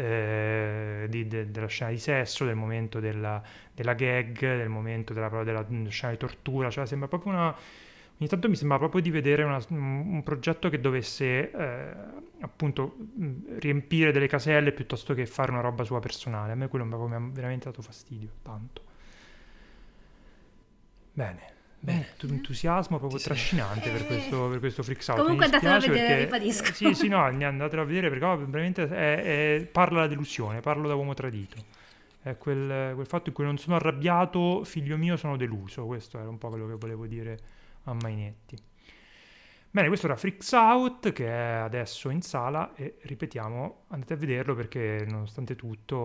eh, di- de- della scena di sesso, del momento della, della gag, del momento della, della scena di tortura, cioè sembra proprio una... Ogni tanto mi sembra proprio di vedere una- un un progetto che dovesse eh, appunto mh, riempire delle caselle piuttosto che fare una roba sua personale. A me quello mi ha mi ha veramente dato fastidio, tanto. Bene, bene, tu- entusiasmo proprio Sì, sì. trascinante per questo, per questo Freaks Out. Comunque Mi andatelo a dispiace vedere, perché- ribadisco. Sì, sì, no, andatelo a vedere perché oh, veramente è- è- parla la delusione, parlo da uomo tradito. È quel, quel fatto in cui non sono arrabbiato, figlio mio, sono deluso. Questo era un po' quello che volevo dire a Mainetti. Bene, questo era Freaks Out, che è adesso in sala, e ripetiamo, andate a vederlo perché nonostante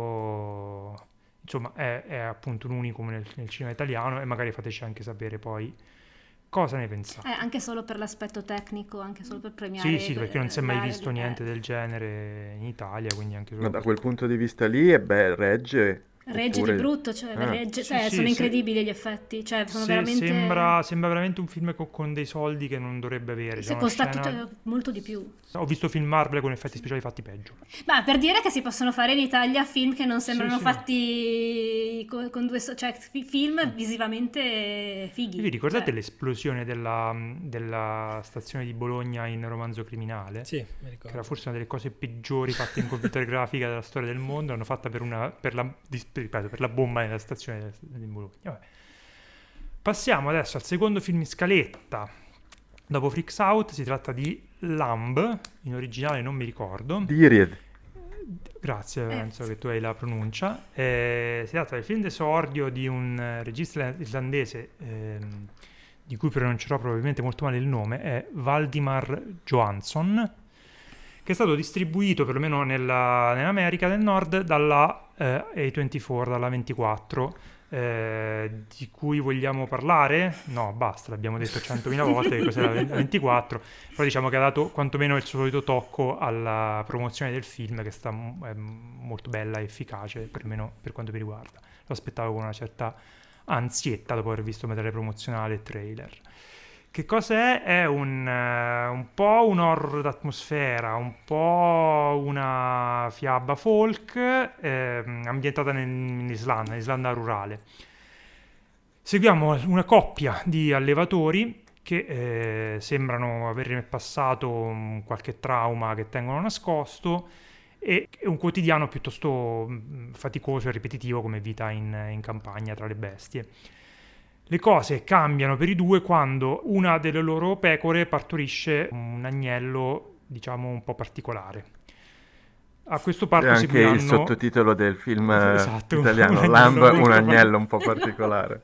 tutto, insomma, è, è appunto un unicum nel, nel cinema italiano, e magari fateci anche sapere poi cosa ne pensate. Eh, anche solo per l'aspetto tecnico, anche solo per premiare. Sì, sì, perché non si è mai la- visto eh, niente del genere in Italia, quindi anche solo Ma da per- quel punto di vista lì, è beh, regge. Regge oppure- di brutto, cioè, Ah. regge- Sì, cioè, sì, sono sì. incredibili gli effetti, cioè sono Se- veramente... sembra, sembra veramente un film co- con dei soldi che non dovrebbe avere. C'è Se una costa scena- tutto- molto di più. Ho visto film Marvel con effetti speciali fatti peggio. Ma per dire che si possono fare in Italia film che non sembrano sì. fatti con, con due... so- cioè fi- film visivamente fighi. Vi ricordate Cioè, l'esplosione della, della stazione di Bologna in Romanzo Criminale? Sì, mi Che era ricordo. forse una delle cose peggiori fatte in computer grafica della storia del mondo. L'hanno fatta per una per la, dis- ripeto, per la bomba nella stazione di Bologna. Vabbè. Passiamo adesso al secondo film in scaletta. Dopo Freaks Out si tratta di Lamb, in originale non mi ricordo. Diried. Grazie, Eh, penso sì. che tu hai la pronuncia. Eh, si tratta del film d'esordio di un eh, regista islandese, ehm, di cui pronuncerò probabilmente molto male il nome, è Valdimar Johansson, che è stato distribuito perlomeno nella, nell'America del Nord dalla eh, A ventiquattro, dalla ventiquattro. Eh, di cui vogliamo parlare? No, basta, l'abbiamo detto centomila volte che cos'è la ventiquattro, però diciamo che ha dato quantomeno il suo solito tocco alla promozione del film, che sta m- è molto bella e efficace, perlomeno per quanto mi riguarda. Lo aspettavo con una certa ansietta dopo aver visto materiale promozionale e trailer. Che cos'è? È un, eh, un po' un horror d'atmosfera, un po' una fiaba folk ehm, ambientata nel- in Islanda, in Islanda rurale. Seguiamo una coppia di allevatori che eh, sembrano aver passato um, qualche trauma che tengono nascosto, e è un quotidiano piuttosto mh, faticoso e ripetitivo come vita in, in campagna tra le bestie. Le cose cambiano per i due quando una delle loro pecore partorisce un agnello, diciamo, un po' particolare. A questo parto È anche seguiranno... il sottotitolo del film Esatto, italiano, un Lamb, agnello un molto agnello un po' particolare.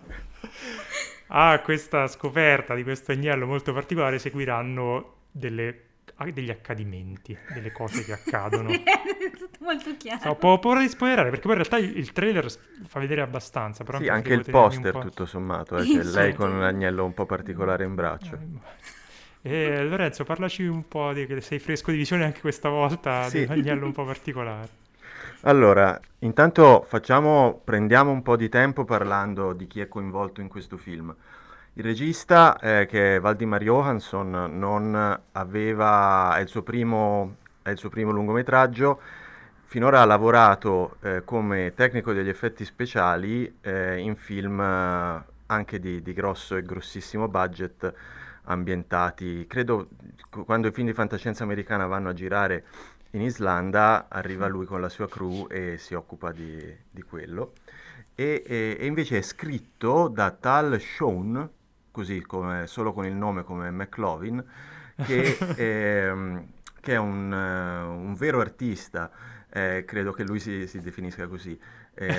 A questa scoperta di questo agnello molto particolare seguiranno delle, degli accadimenti, delle cose che accadono. È tutto molto chiaro. No, può, può spoilerare, perché poi in realtà il, il trailer fa vedere abbastanza. Però Sì, anche anche il devo tenermi poster un po'... tutto sommato, eh, c'è Sì. lei con un agnello un po' particolare in braccio. Eh, Lorenzo, parlaci un po' di che sei fresco di visione anche questa volta, Sì. di un agnello un po' particolare. Allora, intanto facciamo, prendiamo un po' di tempo parlando di chi è coinvolto in questo film. Il regista, eh, che è Valdimar Johansson, non aveva, è il suo primo, è il suo primo lungometraggio. Finora ha lavorato eh, come tecnico degli effetti speciali eh, in film eh, anche di, di grosso e grossissimo budget, ambientati, credo, qu- quando i film di fantascienza americana vanno a girare in Islanda, arriva lui con la sua crew e si occupa di, di quello. E, e- e invece è scritto da Tal Sean, così come, solo con il nome come McLovin, che, ehm, che è un, eh, un vero artista, eh, credo che lui si, si definisca così. Eh,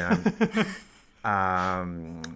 ha-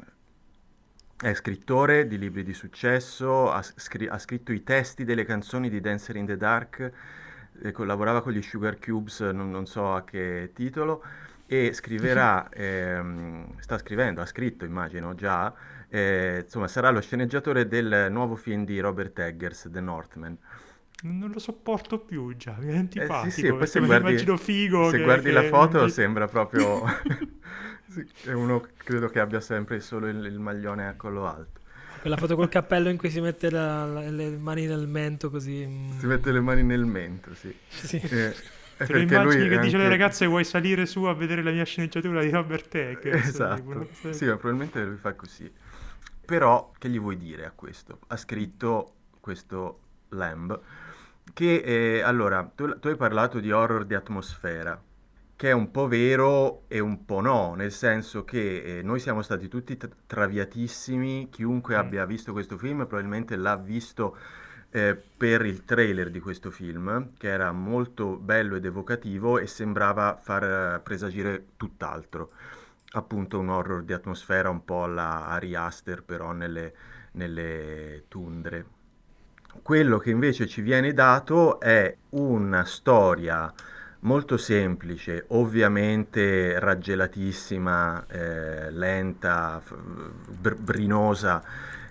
è scrittore di libri di successo, ha, scri- ha scritto i testi delle canzoni di Dancer in the Dark, eh, collaborava con gli Sugar Cubes, non, non so a che titolo, e scriverà, ehm, sta scrivendo, ha scritto immagino già, eh, insomma sarà lo sceneggiatore del nuovo film di Robert Eggers, The Northman. Non lo sopporto più già, mi è Eh, antipatico, sì, sì, e poi perché se me lo guardi, immagino figo se che, guardi la che foto invece- sembra proprio... sì, è uno credo che abbia sempre solo il, il maglione a collo alto. Quella foto col cappello in cui si mette la- la- le mani nel mento così. mm. Si mette le mani nel mento, sì. Sì. Eh, è Te lo perché immagini lui che è dice alle anche- ragazze vuoi salire su a vedere la mia sceneggiatura di Robert Eggers? Esatto, sì, ma probabilmente lui fa così. Però, che gli vuoi dire a questo? Ha scritto questo Lamb, che, eh, allora, tu, tu hai parlato di horror di atmosfera, che è un po' vero e un po' no, nel senso che eh, noi siamo stati tutti tra- traviatissimi, chiunque Mm. abbia visto questo film probabilmente l'ha visto eh, per il trailer di questo film, che era molto bello ed evocativo e sembrava far eh, presagire tutt'altro. Appunto un horror di atmosfera un po' alla Ari Aster, però nelle, nelle tundre. Quello che invece ci viene dato è una storia molto semplice, ovviamente raggelatissima, eh, lenta, f- br- brinosa,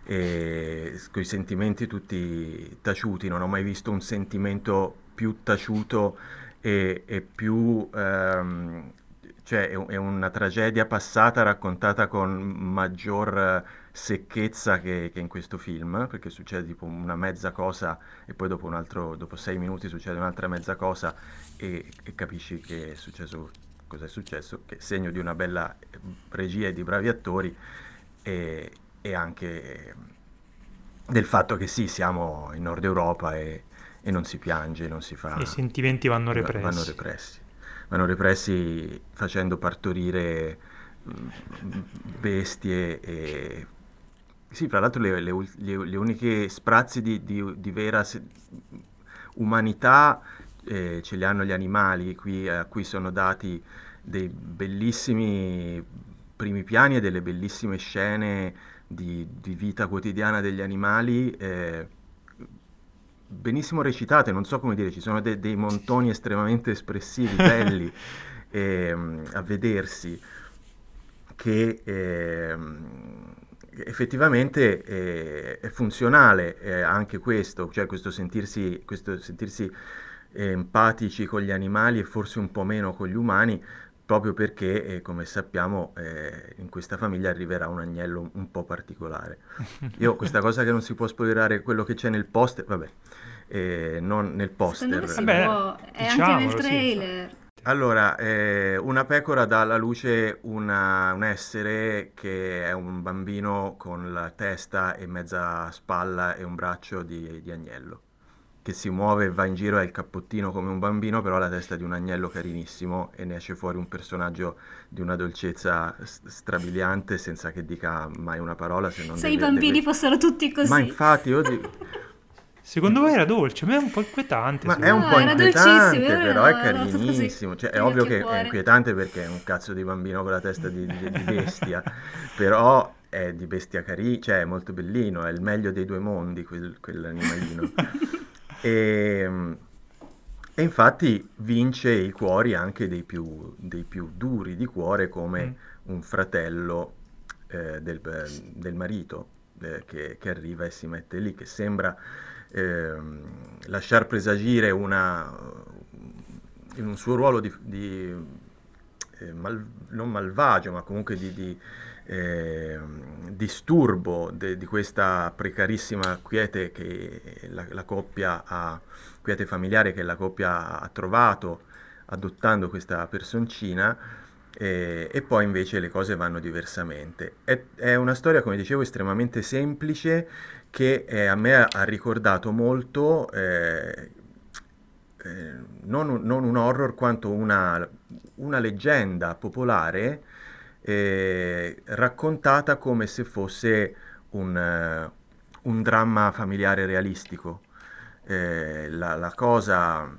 e con i sentimenti tutti taciuti. Non ho mai visto un sentimento più taciuto e, e più... ehm, cioè è, un- è una tragedia passata raccontata con maggior eh, secchezza che, che in questo film, perché succede tipo una mezza cosa e poi dopo un altro, dopo sei minuti succede un'altra mezza cosa e, e capisci che è successo, cosa è successo, che è segno di una bella eh, regia e di bravi attori e, e anche eh, del fatto che sì, siamo in Nord Europa e, e non si piange, non si fa... I sentimenti vanno va- repressi. Vanno repressi. Vanno repressi facendo partorire mm, bestie e... Sì, fra l'altro le, le ul- le- le uniche sprazzi di, di- di vera se- umanità eh, ce li hanno gli animali, qui, a cui sono dati dei bellissimi primi piani e delle bellissime scene di, di vita quotidiana degli animali, eh, benissimo recitate, non so come dire, ci sono de- dei montoni estremamente espressivi, belli ehm, a vedersi, che ehm, effettivamente eh, è funzionale eh, anche questo, cioè questo sentirsi, questo sentirsi eh, empatici con gli animali e forse un po' meno con gli umani, proprio perché, eh, come sappiamo, eh, in questa famiglia arriverà un agnello un, un po' particolare. Io questa cosa che non si può spoilerare quello che c'è nel poster, vabbè, eh, non nel Secondo me poster. si Vabbè, può, è anche diciamolo, nel sì, trailer. Allora, eh, una pecora dà alla luce una- un essere che è un bambino con la testa e mezza spalla e un braccio di, di agnello. che si muove e va in giro, è il cappottino come un bambino, però ha la testa di un agnello carinissimo e ne esce fuori un personaggio di una dolcezza s- strabiliante senza che dica mai una parola, se non Se i delle, bambini delle... fossero tutti così. Ma infatti, io di- Secondo voi era dolce? A me è un po' inquietante. Ma secondo è un me. po' era inquietante, dolcissimo, però è io l'ho notato così, carinissimo. Cioè, è con gli ovvio occhi a che è cuore. inquietante perché è un cazzo di bambino con la testa di, di- di bestia, però è di bestia carina, cioè è molto bellino, è il meglio dei due mondi quel- quell'animalino. E, e infatti vince i cuori anche dei più, dei più duri di cuore, come Mm. un fratello eh, del, del marito eh, che, che arriva e si mette lì, che sembra ehm, lasciar presagire una, in un suo ruolo di, di, eh, mal- non malvagio, ma comunque di, di, eh, disturbo de- di questa precarissima quiete che la, la coppia ha, quiete familiare che la coppia ha trovato adottando questa personcina. E, e poi invece le cose vanno diversamente. È, è una storia, come dicevo, estremamente semplice che eh, a me ha ricordato molto eh, eh, non, un- non un horror quanto una, una leggenda popolare eh, raccontata come se fosse un, eh, un dramma familiare realistico. Eh, la, la cosa,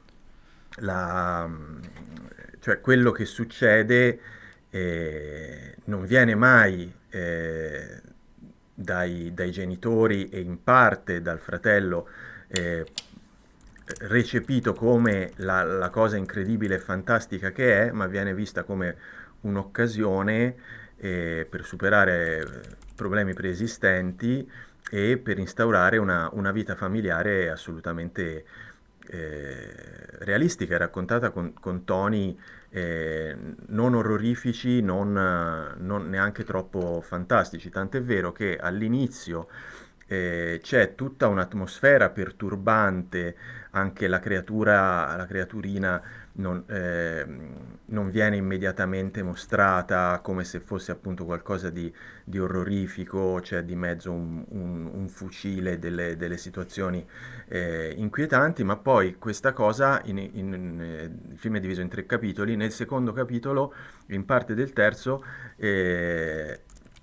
la, cioè quello che succede eh, non viene mai eh, dai, dai genitori e in parte dal fratello eh, recepito come la, la cosa incredibile e fantastica che è, ma viene vista come un'occasione eh, per superare problemi preesistenti e per instaurare una, una vita familiare assolutamente eh, realistica e raccontata con, con toni eh, non orrorifici, non, non neanche troppo fantastici. Tant'è vero che all'inizio eh, c'è tutta un'atmosfera perturbante, anche la creatura, la creaturina non, eh, non viene immediatamente mostrata come se fosse appunto qualcosa di, di orrorifico, c'è di mezzo un, un- un fucile, delle, delle situazioni eh, inquietanti, ma poi questa cosa, in, in- eh, il film è diviso in tre capitoli, nel secondo capitolo, in parte del terzo, eh,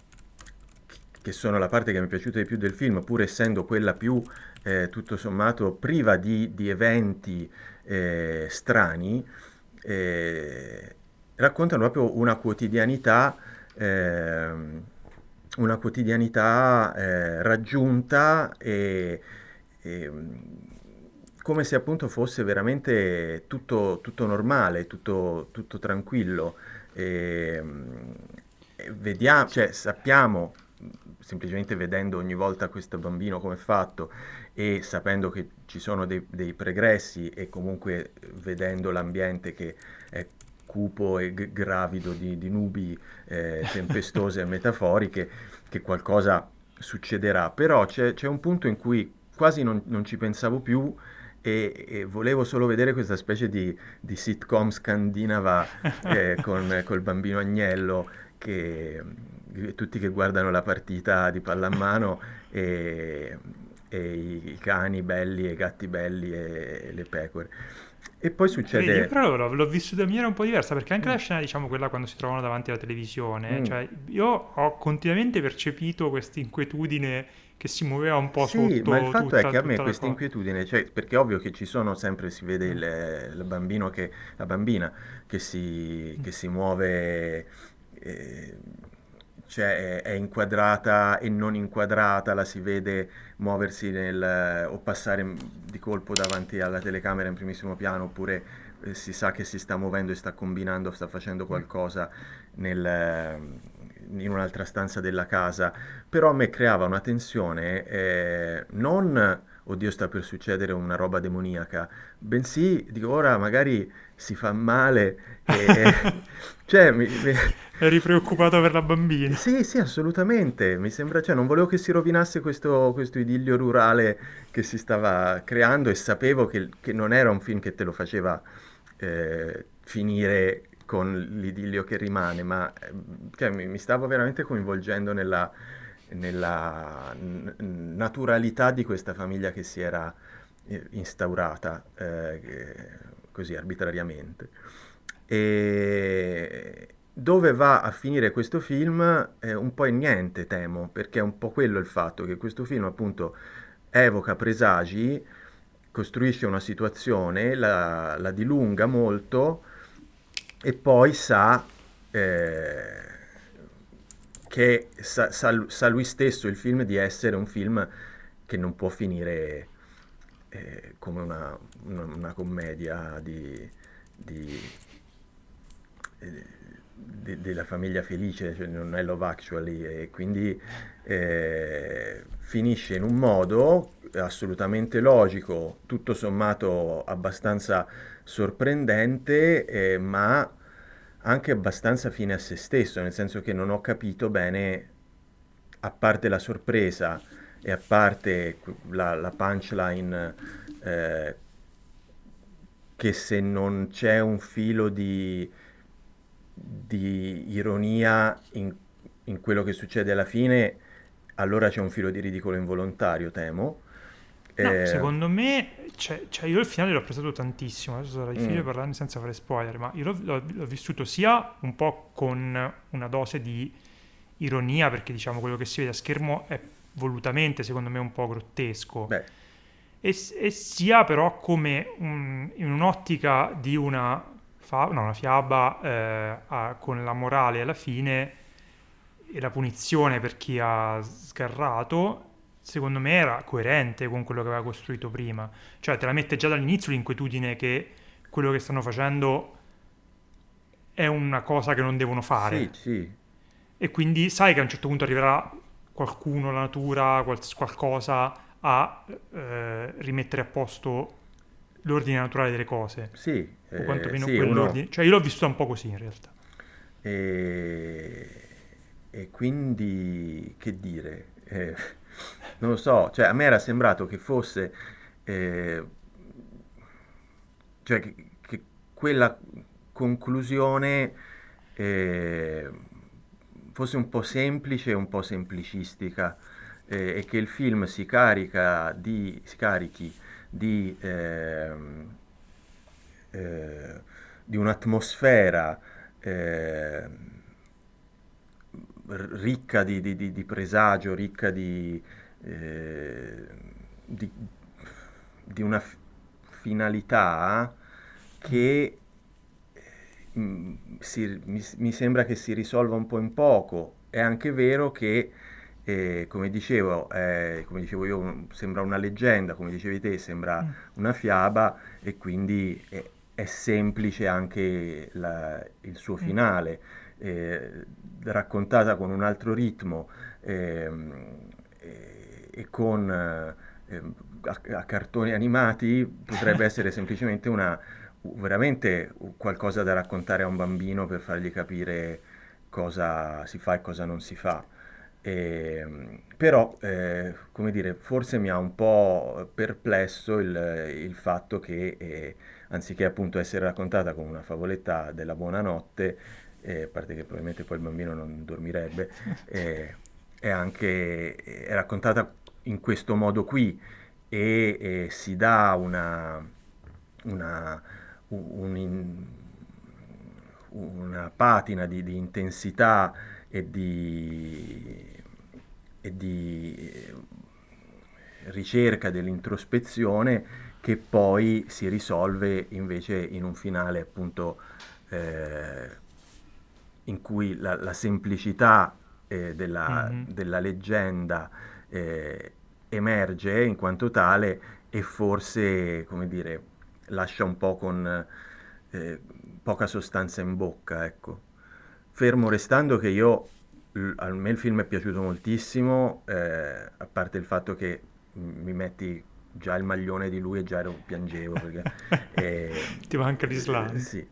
che sono la parte che mi è piaciuta di più del film, pur essendo quella più, eh, tutto sommato, priva di, di eventi eh, strani, eh, raccontano proprio una quotidianità, ehm, una quotidianità eh, raggiunta e, e, mh, come se appunto fosse veramente tutto, tutto normale, tutto, tutto tranquillo. E, mh, e vediamo, cioè, sappiamo, mh, semplicemente vedendo ogni volta questo bambino come è fatto e sapendo che ci sono dei, dei pregressi e comunque vedendo l'ambiente che è cupo e g- gravido di, di nubi eh, tempestose e metaforiche, che qualcosa succederà. Però c'è, c'è un punto in cui quasi non, non ci pensavo più e, e volevo solo vedere questa specie di, di sitcom scandinava eh, con col bambino agnello che tutti che guardano la partita di pallamano e, e i, i cani belli e i gatti belli e le pecore. E poi Vedi, io succede... però l'ho, l'ho vissuta in maniera un po' diversa perché anche Mm, la scena, diciamo, quella quando si trovano davanti alla televisione, mm. cioè io ho continuamente percepito questa inquietudine che si muoveva un po' Sì, ma il sotto fatto è tutta, che a me tutta la questa cosa. inquietudine, cioè, perché è ovvio che ci sono sempre, si vede Mm, il, il bambino che, la bambina che si, mm. che si muove, eh, cioè è, è inquadrata e non inquadrata, la si vede muoversi nel, o passare di colpo davanti alla telecamera in primissimo piano, oppure eh, si sa che si sta muovendo e sta combinando, sta facendo qualcosa nel, in un'altra stanza della casa, però a me creava una tensione, eh, non, oddio sta per succedere una roba demoniaca, bensì, dico, ora magari si fa male, e, cioè, mi, mi- Eri preoccupato per la bambina. sì, sì, assolutamente, mi sembra, cioè, non volevo che si rovinasse questo, questo idillio rurale che si stava creando e sapevo che, che non era un film che te lo faceva eh, finire con l'idillio che rimane, ma eh, cioè, mi, mi stavo veramente coinvolgendo nella, nella n- naturalità di questa famiglia che si era instaurata eh, così arbitrariamente. E dove va a finire questo film è un po' in niente, temo, perché è un po' quello il fatto che questo film appunto evoca presagi, costruisce una situazione, la, la dilunga molto e poi sa eh, che sa, sa, sa lui stesso, il film, di essere un film che non può finire eh, come una, una, una commedia di, di, eh, di, della famiglia felice, cioè non è Love Actually, e quindi eh, finisce in un modo assolutamente logico, tutto sommato abbastanza sorprendente, eh, ma anche abbastanza fine a se stesso, nel senso che non ho capito bene, a parte la sorpresa e a parte la, la punchline, eh, che se non c'è un filo di, di ironia in, in quello che succede alla fine, allora c'è un filo di ridicolo involontario, temo. No, Eh, secondo me, cioè, cioè io il finale l'ho apprezzato tantissimo, adesso sarà difficile Mm. parlarne senza fare spoiler, ma io l'ho, l'ho- l'ho vissuto sia un po' con una dose di ironia, perché diciamo quello che si vede a schermo è volutamente, secondo me, un po' grottesco, beh, e, s- e sia però come un- in un'ottica di una, fa- no, una fiaba eh, a- con la morale alla fine e la punizione per chi ha sgarrato, secondo me era coerente con quello che aveva costruito prima. Cioè, te la mette già dall'inizio l'inquietudine che quello che stanno facendo è una cosa che non devono sì, fare. sì, E quindi sai che a un certo punto arriverà qualcuno, la natura, quals- qualcosa a eh, rimettere a posto l'ordine naturale delle cose. sì, O eh, quantomeno sì, uno, quell'ordine. Cioè, io l'ho vissuta un po' così in realtà. e, e quindi che dire, Eh, non lo so, cioè a me era sembrato che fosse, eh, cioè che, che quella conclusione eh, fosse un po' semplice e un po' semplicistica, eh, e che il film si carica di, si carichi di, ehm, eh, di un'atmosfera eh, ricca di, di- di- di presagio, ricca di, eh, di, di una f- finalità che mm, si- mi, mi sembra che si risolva un po' in poco. È anche vero che, eh, come dicevo, eh, come dicevo io, un- sembra una leggenda, come dicevi te, sembra Mm. una fiaba, e quindi è, è semplice anche la- il suo Mm. finale, eh, raccontata con un altro ritmo, ehm, e, e con eh, ehm, a, a cartoni animati, potrebbe essere semplicemente una veramente qualcosa da raccontare a un bambino per fargli capire cosa si fa e cosa non si fa. E, però, eh, come dire, forse mi ha un po' perplesso il, il fatto che, eh, anziché appunto essere raccontata come una favoletta della buonanotte, eh, a parte che probabilmente poi il bambino non dormirebbe, eh, è anche è raccontata in questo modo qui, e, e si dà una, una, un in- una patina di, di intensità e di, e di eh, ricerca dell'introspezione, che poi si risolve invece in un finale appunto, eh, in cui la, la semplicità eh, della, Mhm. della leggenda eh, emerge in quanto tale, e forse, come dire, lascia un po' con eh, poca sostanza in bocca, ecco. Fermo restando che io, l- a me il film è piaciuto moltissimo, eh, a parte il fatto che m- mi metti già il maglione di lui e già ero, piangevo perché eh, Ti manca eh, l'Islanda. sì.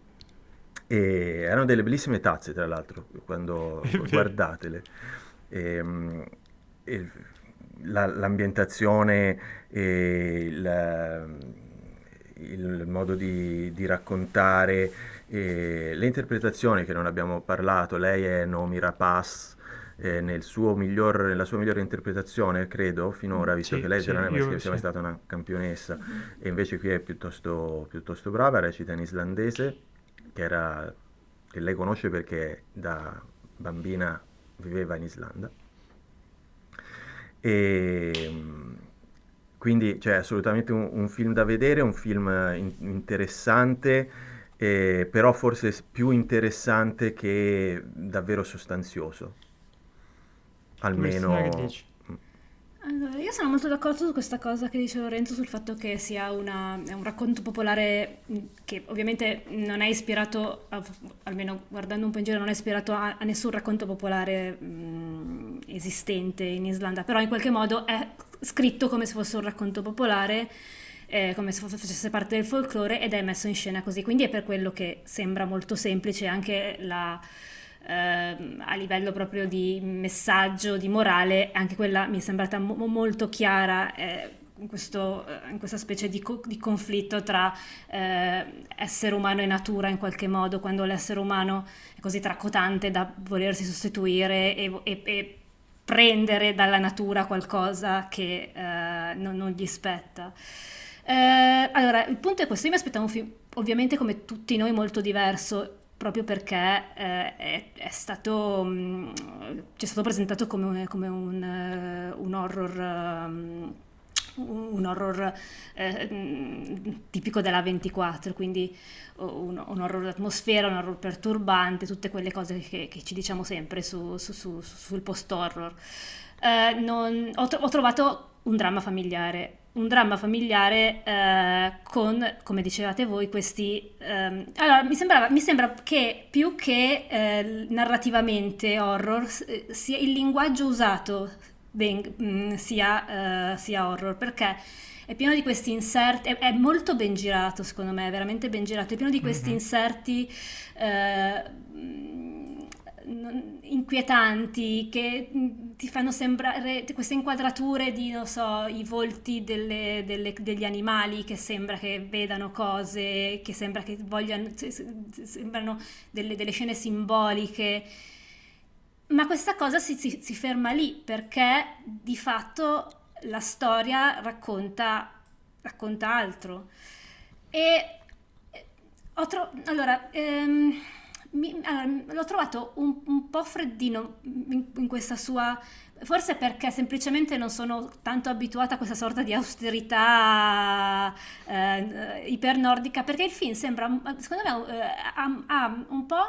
E erano delle bellissime tazze, tra l'altro, quando È vero. guardatele. Ehm, e la- l'ambientazione e il, il modo di, di raccontare, e le interpretazioni che non abbiamo parlato. Lei è Noomi Rapace, eh, nel suo miglior, nella sua migliore interpretazione, credo, finora, visto Sì, che lei sì, non è mai, io sia mai sì. stata una campionessa, e invece qui è piuttosto, piuttosto brava, recita in islandese, che, era, che lei conosce perché da bambina viveva in Islanda. E mh, quindi cioè, assolutamente un, un film da vedere, un film in- interessante, eh, però forse s- più interessante che davvero sostanzioso, Tu, Cristina, che almeno. dici? Allora, io sono molto d'accordo su questa cosa che dice Lorenzo sul fatto che sia una- è un racconto popolare mh, che ovviamente non è ispirato, a- almeno guardando un po' in giro, non è ispirato a, a nessun racconto popolare mh, esistente in Islanda, però in qualche modo è scritto come se fosse un racconto popolare, eh, come se fosse- facesse parte del folklore ed è messo in scena così, quindi è per quello che sembra molto semplice anche la ehm, a livello proprio di messaggio, di morale, anche quella mi è sembrata mo- molto chiara eh, in, questo, eh, in questa specie di, co- di conflitto tra eh, essere umano e natura in qualche modo, quando l'essere umano è così tracotante da volersi sostituire e, e- e prendere dalla natura qualcosa che eh, non, non gli spetta. Eh, allora, il punto è questo, io mi aspettavo un film ovviamente come tutti noi molto diverso, proprio perché eh, è, è stato, mh, ci è stato presentato come, come un, eh, un horror, um, un horror eh, mh, tipico della ventiquattro, quindi un, un horror d'atmosfera, un horror perturbante, tutte quelle cose che, che ci diciamo sempre su, su- su- sul post-horror. Eh, non- ho, tro- ho trovato un dramma familiare, un dramma familiare eh, con, come dicevate voi, questi... ehm, allora, mi sembrava, mi sembra che più che eh, narrativamente horror, s- sia il linguaggio usato ben- mh, sia, eh, sia horror, perché è pieno di questi inserti, è, è molto ben girato secondo me, è veramente ben girato, è pieno di questi Mhm. inserti eh, mh, non- inquietanti che mh, ti fanno sembrare queste inquadrature di, non so, i volti delle- delle- degli animali che sembra che vedano cose, che sembra che vogliano, se- se- sembrano delle, delle scene simboliche. Ma questa cosa si, si- si ferma lì perché di fatto la storia racconta, racconta altro. E eh, ho tro- allora, ehm, mi- allora, l'ho trovato un, un po' freddino in, in questa sua. Forse perché semplicemente non sono tanto abituata a questa sorta di austerità eh, ipernordica, perché il film sembra, secondo me, eh, ha, ha un po'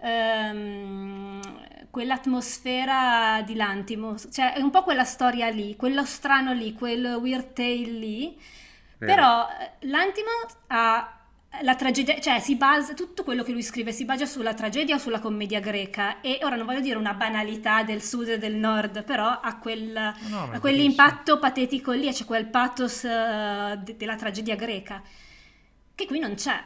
ehm, quell'atmosfera di Lantimos, cioè è un po' quella storia lì, quello strano lì, quel weird tale lì, Vero. però eh, Lantimos ha la tragedia, cioè si basa, tutto quello che lui scrive si basa sulla tragedia o sulla commedia greca e ora non voglio dire una banalità del sud e del nord, però ha, quel, No, no, ma ha è verissimo. quell'impatto patetico lì, c'è quel pathos eh, de- della tragedia greca che qui non c'è,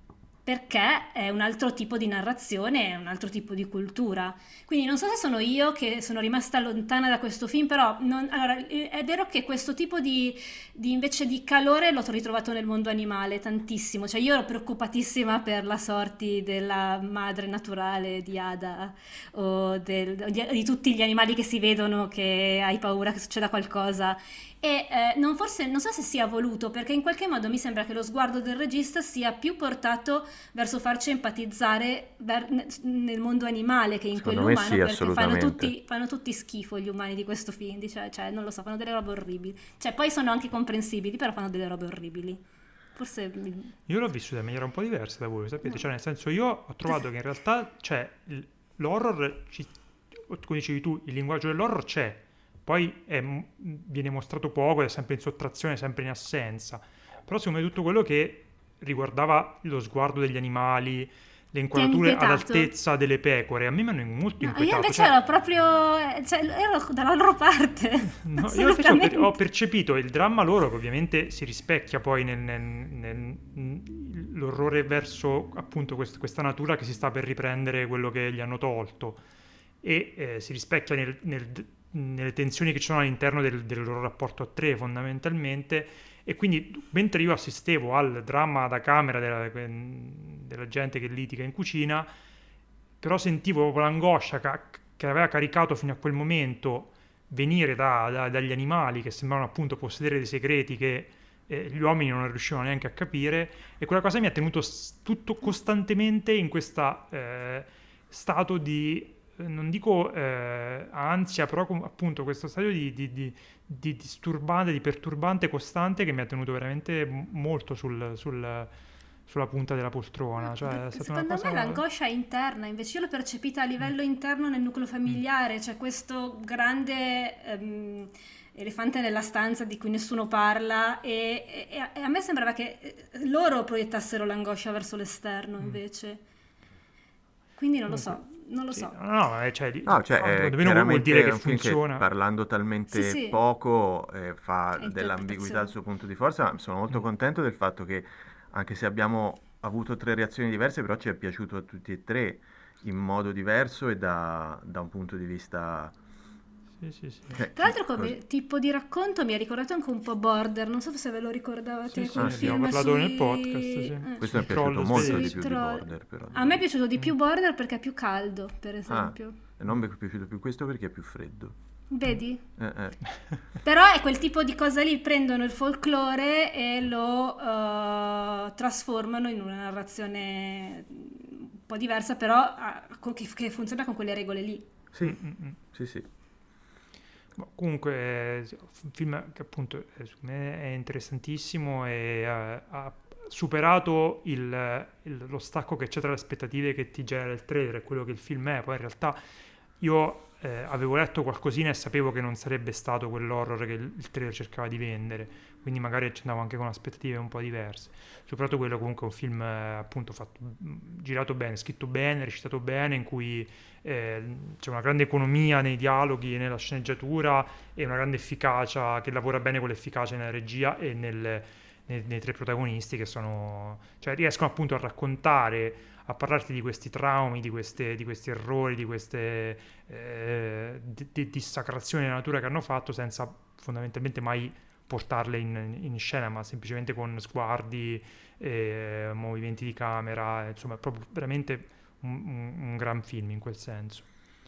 perché è un altro tipo di narrazione, è un altro tipo di cultura. Quindi non so se sono io che sono rimasta lontana da questo film, però non- allora, eh, è vero che questo tipo di, di invece di calore l'ho ritrovato nel mondo animale tantissimo, cioè io ero preoccupatissima per la sorte della madre naturale di Ada o del- di, di tutti gli animali che si vedono che hai paura che succeda qualcosa e eh, non, forse, non so se sia voluto, perché in qualche modo mi sembra che lo sguardo del regista sia più portato verso farci empatizzare ver- ne- nel mondo animale che in Secondo quello me umano, sì, perché fanno assolutamente. tutti, fanno tutti schifo gli umani di questo film, cioè, cioè, non lo so, fanno delle robe orribili. Cioè, poi sono anche comprensibili, però fanno delle robe orribili. Forse... mi- Io l'ho vissuta in maniera un po' diversa da voi, sapete? no. Cioè, nel senso, io ho trovato che in realtà, cioè, l- l'horror, ci- come dicevi tu, il linguaggio dell'horror c'è, poi è m- viene mostrato poco, è sempre in sottrazione, sempre in assenza. Però secondo me tutto quello che riguardava lo sguardo degli animali, le Ti ha inquadrature inquietato? all'altezza delle pecore, a me mi hanno molto No, io inquietato. invece Cioè, ero proprio... eh, cioè, ero dalla loro parte. no, io invece ho, per- Assolutamente. ho percepito il dramma loro, che ovviamente si rispecchia poi nel, nel- nel- l'orrore verso appunto quest- questa natura che si sta per riprendere quello che gli hanno tolto e eh, si rispecchia nel- nel- nelle tensioni che ci sono all'interno del, del loro rapporto a tre fondamentalmente. E quindi mentre io assistevo al dramma da camera della, della gente che litiga in cucina, però sentivo proprio l'angoscia ca- che aveva caricato fino a quel momento venire da, da, dagli animali che sembravano appunto possedere dei segreti che eh, gli uomini non riuscivano neanche a capire, e quella cosa mi ha tenuto s- tutto costantemente in questo eh, stato di, eh, non dico eh, ansia, però com- appunto questo stato di, di, di, di disturbante, di perturbante costante, che mi ha tenuto veramente m- molto sul... sul sulla punta della poltrona, cioè è stata Secondo una cosa... me l'angoscia è interna, invece io l'ho percepita a livello interno nel nucleo familiare, c'è questo grande ehm, elefante nella stanza di cui nessuno parla e, e- e a me sembrava che eh, loro proiettassero l'angoscia verso l'esterno invece. Quindi non lo so, non lo Sì, so. no, no, eh, cioè, di- No, cioè, quando eh, meno vuol chiaramente dire è che un film che funziona. parlando talmente Sì, sì. poco eh, fa È dell'ambiguità il interpretazione. suo punto di forza, ma sono molto contento del fatto che, anche se abbiamo avuto tre reazioni diverse, però ci è piaciuto a tutti e tre in modo diverso e da, da un punto di vista... Sì, sì, sì. cioè, Tra l'altro chi- come cos- tipo di racconto mi ha ricordato anche un po' Border, non so se ve lo ricordavate, Sì, sì, quel Ah, sì. film abbiamo parlato sui... nel podcast, sì. eh, Questo mi è Sui troll piaciuto molto svedesi. di sui più di troll. Border, però. A me è piaciuto di più Mm. Border perché è più caldo, per Ah, esempio. e non mi è piaciuto più questo perché è più freddo. Vedi? Eh, eh. Però è quel tipo di cosa lì, prendono il folklore e lo eh, trasformano in una narrazione un po' diversa, però ah, co- che, che funziona con quelle regole lì. Sì, Mm, mm, mm. sì, sì. Ma comunque è un film che appunto eh, secondo me è interessantissimo e eh, ha superato il- il- lo stacco che c'è tra le aspettative che ti genera il trailer e quello che il film è. Poi in realtà io eh, avevo letto qualcosina e sapevo che non sarebbe stato quell'horror che il, il trailer cercava di vendere, quindi magari ci andavo anche con aspettative un po' diverse. Soprattutto quello comunque è un film eh, appunto fatto, mh, girato bene, scritto bene, recitato bene, in cui eh, c'è una grande economia nei dialoghi, nella sceneggiatura e una grande efficacia, che lavora bene con l'efficacia nella regia e nel- nei, nei tre protagonisti che sono, cioè riescono appunto a raccontare, a parlarti di questi traumi, di, queste, di questi errori, di queste eh, di- di- dissacrazioni della natura che hanno fatto, senza fondamentalmente mai portarle in, in scena, ma semplicemente con sguardi, eh, movimenti di camera, insomma, è proprio veramente un, un- un gran film in quel senso.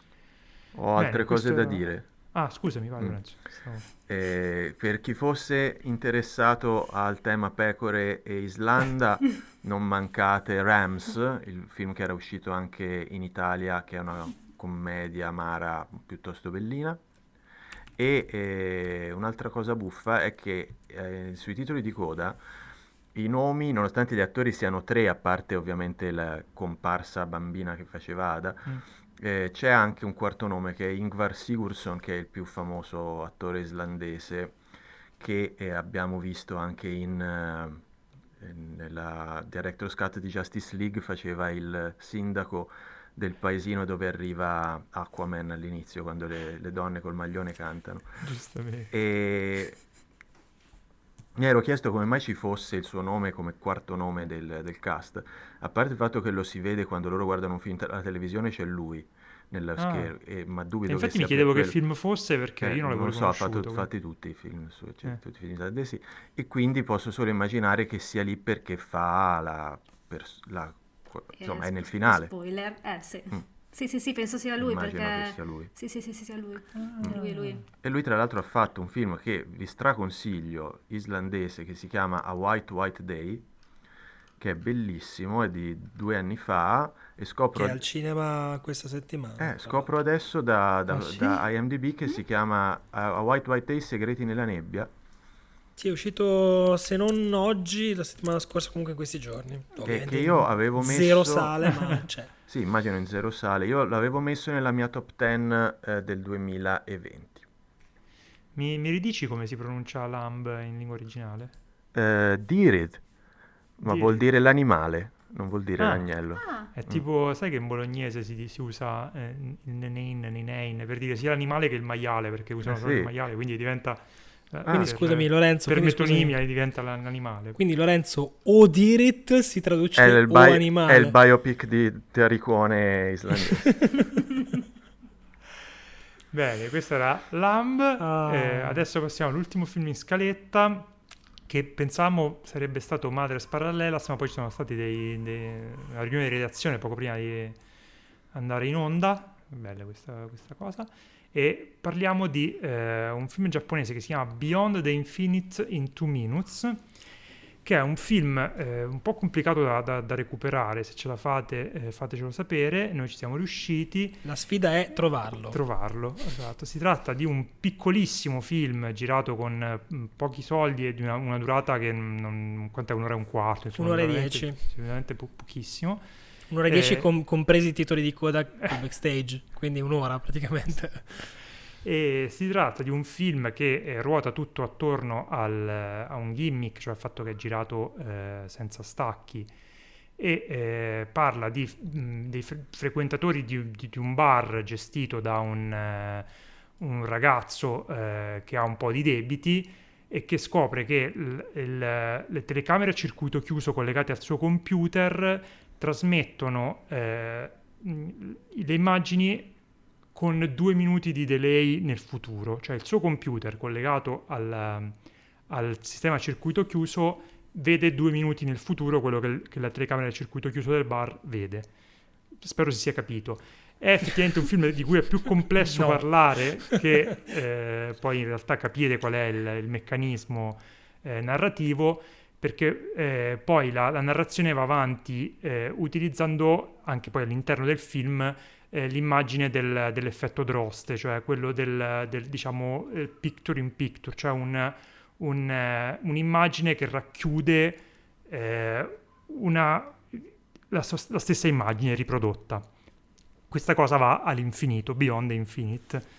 Ho Bene, altre cose questo da era- dire. Ah, scusami, vai Mm. Lorenzo. Stavo- Eh, per chi fosse interessato al tema pecore e Islanda, non mancate Rams, il film che era uscito anche in Italia, che è una commedia amara piuttosto bellina. E eh, un'altra cosa buffa è che eh, sui titoli di coda i nomi, nonostante gli attori siano tre, a parte ovviamente la comparsa bambina che faceva Ada, Mm. eh, c'è anche un quarto nome che è Ingvar Sigurdsson, che è il più famoso attore islandese, che eh, abbiamo visto anche in, eh, nella Director's Cut di Justice League, faceva il sindaco del paesino dove arriva Aquaman all'inizio, quando le, le donne col maglione cantano. Giustamente. E mi ero chiesto come mai ci fosse il suo nome come quarto nome del, del cast, a parte il fatto che lo si vede quando loro guardano un film te- alla televisione, c'è lui nello Ah. schermo, e- ma E dubito che infatti sia mi per chiedevo che quello. film fosse perché Eh, io non non l'avevo lo so, ha riconosciuto. fatto, quindi- fatti tutti i film, su, cioè, Eh. tutti i film islandesi, e quindi posso solo immaginare che sia lì perché fa la, pers- la- insomma, è nel finale. Spoiler, eh sì. Mm. Sì, sì, sì, penso sia lui Immagino perché... che sia lui. Sì, sì, sì, sì, sia lui. È lui, è lui. E lui tra l'altro ha fatto un film che vi straconsiglio, islandese, che si chiama A White White Day, che è bellissimo, è di due anni fa, e scopro, Che è al cinema questa settimana. eh, tra scopro adesso da, da- Ah, sì? da IMDb che si chiama A A White White Day, Segreti nella nebbia, Sì, è uscito se non oggi, la settimana scorsa, comunque in questi giorni. che, Ovviamente che io avevo messo... zero sale, ma c'è. Sì, immagino in zero sale. Io l'avevo messo nella mia top dieci eh, del duemilaventi. Mi, mi ridici come si pronuncia lamb in lingua originale? Eh, Dirid, ma vuol Dirid. dire l'animale, non vuol dire Ah. l'agnello. Ah, È tipo, sai che in bolognese si, si usa eh, il nenein, ninein, per dire sia l'animale che il maiale, perché usano Eh, solo il sì. maiale, quindi diventa... eh, Quindi per- scusami Lorenzo, Per quindi, scusami, metonimia diventa la- l'animale. quindi Lorenzo Odirit si traduce È il, o bi- animale. è il biopic di Terricone islandese. Bene, questo era Lamb. Ah. Eh, adesso passiamo all'ultimo film in scaletta, che pensavamo sarebbe stato Madres Parallelas, ma poi ci sono stati dei, dei- una riunione di redazione poco prima di andare in onda, bella questa, questa cosa. E parliamo di eh, un film giapponese che si chiama Beyond the Infinite in Two Minutes, che è un film eh, un po' complicato da, da, da recuperare. Se ce la fate, eh, fatecelo sapere. Noi ci siamo riusciti. La sfida è trovarlo. Trovarlo, esatto. Si tratta di un piccolissimo film girato con eh, pochi soldi e di una, una durata che non... quant'è? Un'ora e un quarto? Insomma, Un'ora e veramente- dieci. Veramente po- pochissimo. Un'ora e dieci Eh, com- compresi i titoli di coda del backstage, quindi un'ora praticamente. E si tratta di un film che eh, ruota tutto attorno al, a un gimmick, cioè al fatto che è girato eh, senza stacchi, e eh, parla di, mh, dei fre- frequentatori di, di- di un bar gestito da un, eh, un ragazzo eh, che ha un po' di debiti e che scopre che il- il- le telecamere a circuito chiuso collegate al suo computer trasmettono eh, mh, le immagini con due minuti di delay nel futuro, cioè il suo computer collegato al, al sistema a circuito chiuso vede due minuti nel futuro quello che, che la telecamera a circuito chiuso del bar vede. Spero si sia capito. È effettivamente un film di cui è più complesso No. parlare che eh, poi in realtà capire qual è il, il meccanismo eh, narrativo, perché eh, poi la, la narrazione va avanti eh, utilizzando anche poi all'interno del film eh, l'immagine del- dell'effetto Droste, cioè quello del, del, diciamo eh, picture in picture, cioè un, un, eh, un'immagine che racchiude eh, una, la, sos- la stessa immagine riprodotta. Questa cosa va all'infinito, Beyond the Infinite.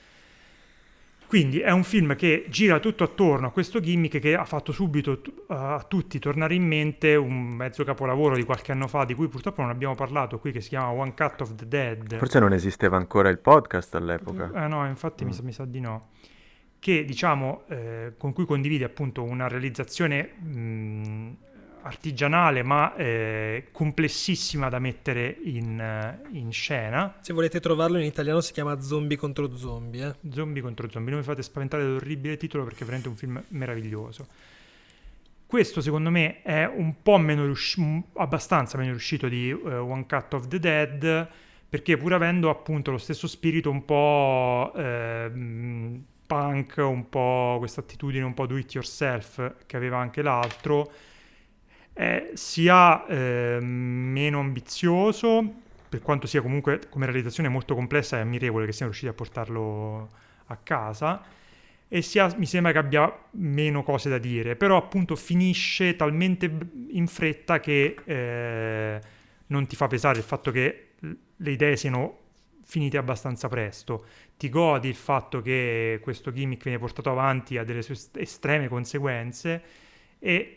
Quindi è un film che gira tutto attorno a questo gimmick che ha fatto subito tu- a tutti tornare in mente un mezzo capolavoro di qualche anno fa, di cui purtroppo non abbiamo parlato qui, che si chiama One Cut of the Dead. Forse non esisteva ancora il podcast all'epoca. Eh no, infatti mi, Mm. sa, mi sa di no. Che diciamo, eh, con cui condivide appunto una realizzazione mh, artigianale ma eh, complessissima da mettere in, eh, in scena. Se volete trovarlo in italiano si chiama Zombie contro zombie. Eh. Zombie contro zombie, non mi fate spaventare dall'orribile titolo perché è veramente un film meraviglioso. Questo secondo me è un po' meno riuscito, abbastanza meno riuscito di eh, One Cut of the Dead, perché pur avendo appunto lo stesso spirito un po' ehm, punk, un po' questa attitudine un po' do it yourself che aveva anche l'altro, è sia ehm, meno ambizioso, per quanto sia comunque come realizzazione molto complessa e ammirevole che siano riusciti a portarlo a casa, e sia, mi sembra che abbia meno cose da dire, però appunto finisce talmente b- in fretta che eh, non ti fa pesare il fatto che l- le idee siano finite abbastanza presto. Ti godi il fatto che questo gimmick viene portato avanti a delle sue est- estreme conseguenze e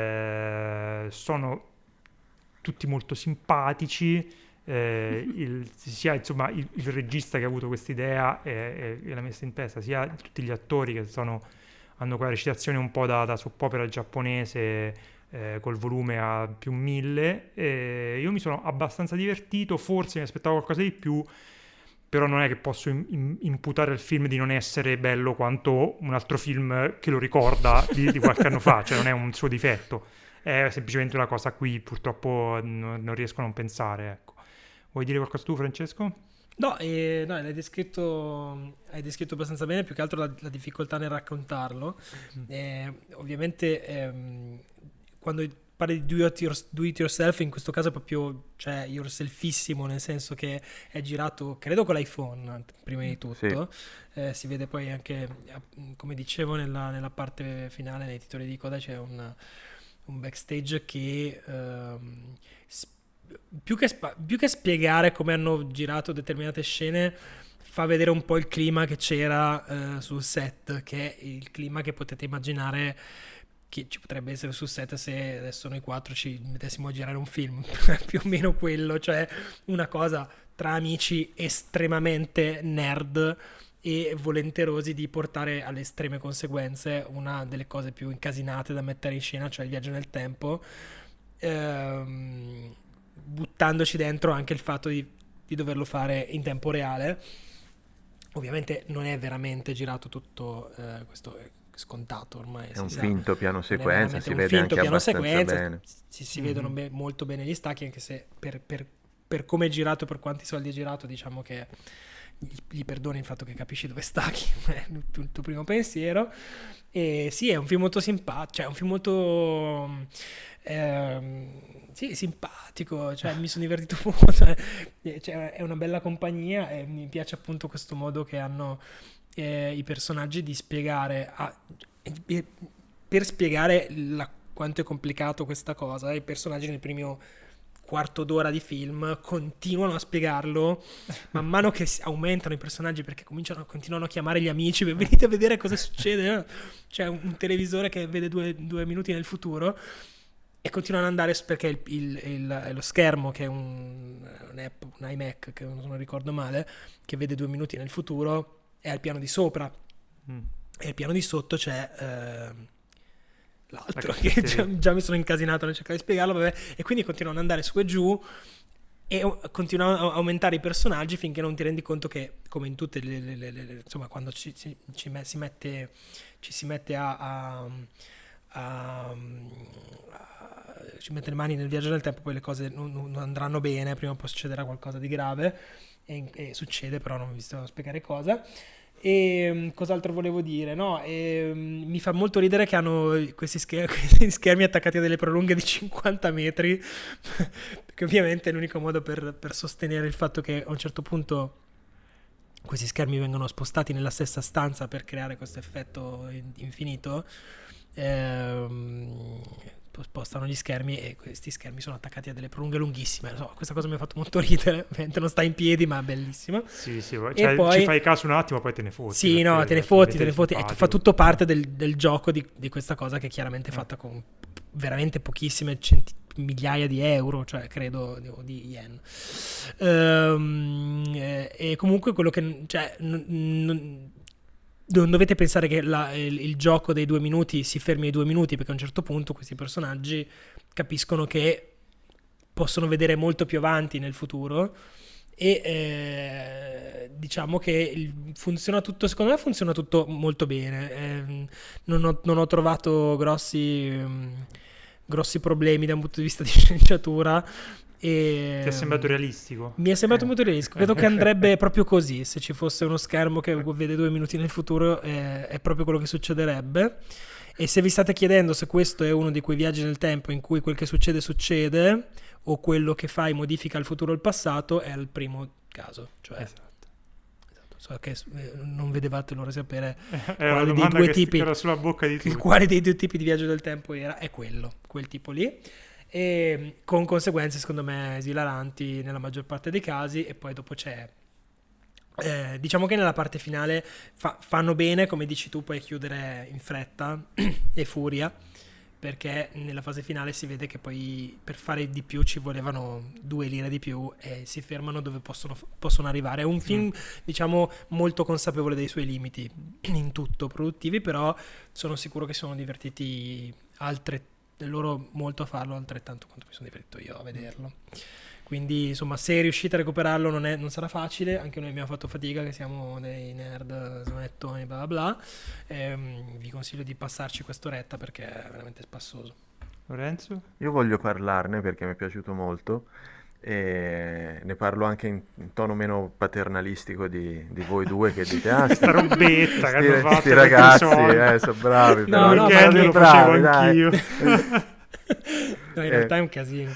eh, sono tutti molto simpatici. Eh, il, sia insomma il, il regista che ha avuto questa idea e, e- e l'ha messa in testa, sia tutti gli attori che sono, hanno quella recitazione un po' da, da soap opera giapponese eh, col volume a più mille. E io mi sono abbastanza divertito, forse mi aspettavo qualcosa di più, però non è che posso im- im- imputare al film di non essere bello quanto un altro film che lo ricorda di, di qualche anno fa, cioè non è un suo difetto, è semplicemente una cosa a cui purtroppo non, non riesco a non pensare, ecco. Vuoi dire qualcosa tu, Francesco? No, eh, no, l'hai descritto, hai descritto abbastanza bene, più che altro la, la difficoltà nel raccontarlo. Eh, ovviamente ehm, quando parli di do it, your- do it yourself, in questo caso è proprio, cioè, yourselfissimo, nel senso che è girato, credo, con l'iPhone, prima di tutto. Eh, si vede poi anche, eh, come dicevo, nella, nella parte finale, nei titoli di coda, c'è un, un backstage che... ehm, sp- più che, spa- più che spiegare come hanno girato determinate scene, fa vedere un po' il clima che c'era eh, sul set, che è il clima che potete immaginare che ci potrebbe essere sul set se adesso noi quattro ci mettessimo a girare un film. Più o meno quello, cioè una cosa tra amici estremamente nerd e volenterosi di portare alle estreme conseguenze una delle cose più incasinate da mettere in scena, cioè il viaggio nel tempo, ehm, buttandoci dentro anche il fatto di, di doverlo fare in tempo reale. Ovviamente non è veramente girato tutto, eh, questo è scontato ormai. È un si sa. finto piano Non è sequenza, veramente si un vede finto anche piano abbastanza sequenza, bene. si, si vedono be- molto bene gli stacchi, anche se per, per, per come è girato, per quanti soldi è girato, diciamo che gli, gli perdoni il fatto che capisci dove sta, chi è il tuo, il tuo primo pensiero. E sì, è un film molto simpatico, cioè è un film molto ehm, sì, simpatico, cioè mi sono divertito molto, cioè, cioè, è una bella compagnia e mi piace appunto questo modo che hanno eh, i personaggi di spiegare a, per spiegare la, quanto è complicato questa cosa. I personaggi nel primo quarto d'ora di film continuano a spiegarlo man mano che aumentano i personaggi, perché cominciano continuano a chiamare gli amici, venite a vedere cosa succede. C'è un, un televisore che vede due, due minuti nel futuro e continuano ad andare perché il, il, il, lo schermo, che è un, un, app, un iMac, che non ricordo male, che vede due minuti nel futuro, è al piano di sopra mm. e al piano di sotto c'è eh, l'altro che già, già mi sono incasinato nel cercare di spiegarlo, vabbè, e quindi continuano ad andare su e giù e continuano a aumentare i personaggi finché non ti rendi conto che, come in tutte le, le, le, le insomma, quando ci, ci, ci, si mette ci si mette a, a, a, a ci mette le mani nel viaggio del tempo, poi le cose non, non andranno bene, prima o poi succederà qualcosa di grave e, e succede, però non vi sto spiegare cosa. E cos'altro volevo dire? No, e, mi fa molto ridere che hanno questi schermi, questi schermi attaccati a delle prolunghe di cinquanta metri, perché ovviamente è l'unico modo per, per sostenere il fatto che a un certo punto questi schermi vengono spostati nella stessa stanza per creare questo effetto infinito. Ehm, spostano gli schermi e questi schermi sono attaccati a delle prolunghe lunghissime. So, questa cosa mi ha fatto molto ridere, ovviamente non sta in piedi ma è bellissima. Sì, sì, cioè, e poi ci fai caso un attimo, poi te ne fotti. Sì, no, te ne fotti, te ne fotti, e fa tutto parte del, del gioco di, di questa cosa, che è chiaramente fatta con veramente pochissime centi- migliaia di euro, cioè credo di, di yen. Ehm, e, e comunque quello che cioè n- n- non dovete pensare che la, il, il gioco dei due minuti si fermi ai due minuti, perché a un certo punto questi personaggi capiscono che possono vedere molto più avanti nel futuro e eh, diciamo che il, funziona tutto, secondo me funziona tutto molto bene. Eh, non, ho, non ho trovato grossi um, grossi problemi da un punto di vista di sceneggiatura. E ti è sembrato realistico? Mi è sembrato molto realistico. Credo che andrebbe proprio così. Se ci fosse uno schermo che vede due minuti nel futuro, eh, è proprio quello che succederebbe. E se vi state chiedendo se questo è uno di quei viaggi nel tempo in cui quel che succede succede, o quello che fai modifica il futuro o il passato, è il primo caso. Cioè, esatto. So che non vedevate l'ora di sapere era quale dei due tipi, era sulla bocca di tutti. Quale dei due tipi di viaggio del tempo era. È quello, quel tipo lì. E con conseguenze secondo me esilaranti nella maggior parte dei casi. E poi dopo c'è eh, diciamo che nella parte finale fa, fanno bene, come dici tu, puoi chiudere in fretta e furia, perché nella fase finale si vede che poi per fare di più ci volevano due lire di più e si fermano dove possono, possono arrivare. È un film mm. diciamo molto consapevole dei suoi limiti in tutto produttivi, però sono sicuro che sono divertiti altre loro molto a farlo, altrettanto quanto mi sono divertito io a vederlo. Quindi insomma, se riuscite a recuperarlo non, è, non sarà facile, anche noi abbiamo fatto fatica, che siamo dei nerd smanettoni bla bla bla. Ehm, vi consiglio di passarci quest'oretta perché è veramente spassoso. Lorenzo? Io voglio parlarne perché mi è piaciuto molto e ne parlo anche in, in tono meno paternalistico di, di voi due che dite ah sta robetta che hanno fatto sti ragazzi eh, sono bravi, no, no, ma lo bravi, facevo anch'io. No, in realtà è un casino.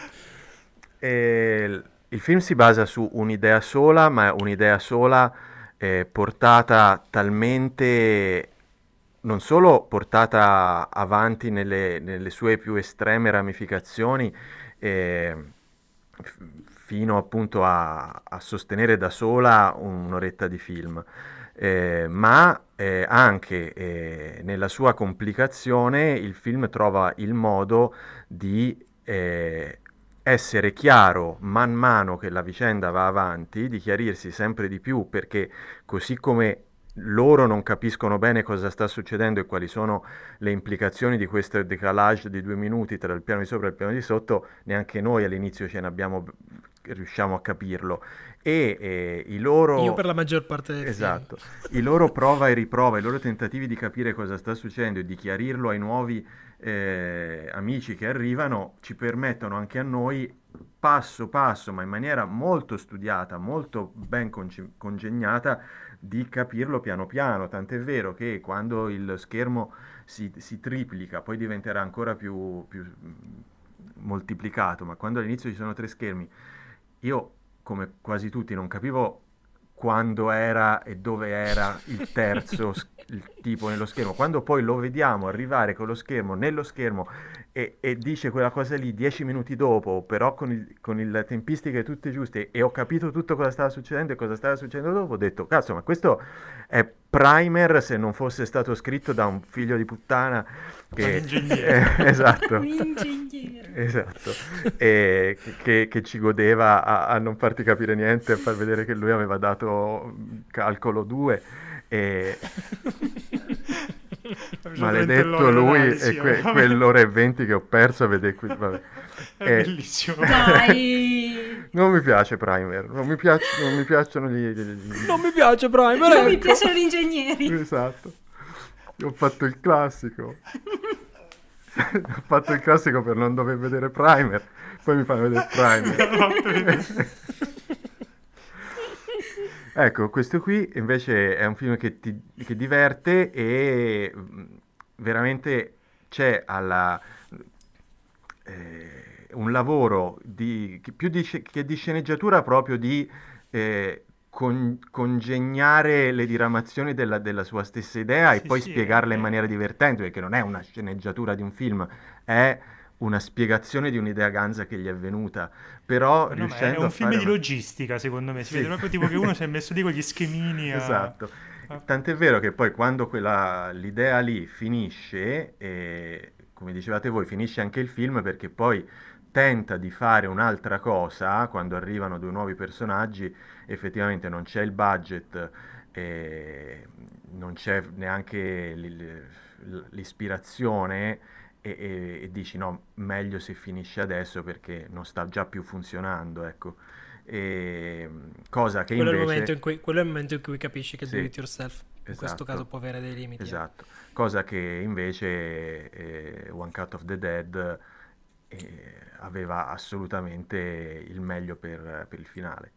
E il film si basa su un'idea sola, ma un'idea sola eh, portata talmente, non solo portata avanti nelle, nelle sue più estreme ramificazioni, eh, f- fino appunto a, a sostenere da sola un'oretta di film, eh, ma eh, anche eh, nella sua complicazione il film trova il modo di eh, essere chiaro man mano che la vicenda va avanti, di chiarirsi sempre di più, perché così come loro non capiscono bene cosa sta succedendo e quali sono le implicazioni di questo decalage di due minuti tra il piano di sopra e il piano di sotto, neanche noi all'inizio ce ne abbiamo, riusciamo a capirlo. E eh, i loro... Io per la maggior parte del esatto, film. i loro prova e riprova, i loro tentativi di capire cosa sta succedendo e di chiarirlo ai nuovi eh, amici che arrivano ci permettono anche a noi passo passo, ma in maniera molto studiata, molto ben conce- congegnata, di capirlo piano piano. Tant'è vero che quando il schermo si, si triplica, poi diventerà ancora più, più moltiplicato, ma quando all'inizio ci sono tre schermi, io, come quasi tutti, non capivo quando era e dove era il terzo s- il tipo nello schermo. Quando poi lo vediamo arrivare con lo schermo nello schermo e, e dice quella cosa lì dieci minuti dopo, però con, il, con il, le tempistiche tutte giuste, e ho capito tutto cosa stava succedendo e cosa stava succedendo dopo, ho detto, cazzo, ma questo è Primer se non fosse stato scritto da un figlio di puttana che... Un ingegnere. eh, esatto. Un ingegnere. Esatto, e che, che ci godeva a, a non farti capire niente, a far vedere che lui aveva dato calcolo due e maledetto lui e que, quell'ora e venti che ho perso a vedere qui, vabbè. È E- bellissimo. Dai! Non mi piace Primer, non mi, piac- non mi piacciono gli, gli- Non mi piace Primer, Non mi ecco. piacciono gli ingegneri. Esatto, io ho fatto il classico. Ho fatto il classico per non dover vedere Primer, poi mi fanno vedere Primer. Ecco, questo qui invece è un film che ti che diverte e mh, veramente c'è alla, eh, un lavoro di, che più di, sce- che di sceneggiatura, proprio di eh, con- congegnare le diramazioni della, della sua stessa idea e Sì, poi sì, spiegarle è- in maniera divertente, perché non è una sceneggiatura di un film, è una spiegazione di un'idea ganza che gli è venuta, però No, ma è riuscendo un a film fare di una- logistica, secondo me. Si Sì. vede proprio tipo che uno si è messo lì con gli schemini. a- Esatto. a- Tant'è vero che poi quando quella, l'idea lì finisce, e, come dicevate voi, finisce anche il film, perché poi tenta di fare un'altra cosa quando arrivano due nuovi personaggi, effettivamente non c'è il budget, e non c'è neanche l'il- l'ispirazione, e, e- e dici no, meglio se finisce adesso perché non sta già più funzionando, ecco. E, cosa che Quello è, il invece... momento in cui, quello è il momento in cui capisci che Sì, do it yourself in questo esatto. caso può avere dei limiti. eh. Esatto, cosa che invece eh, One Cut of the Dead eh, aveva assolutamente il meglio per, per il finale.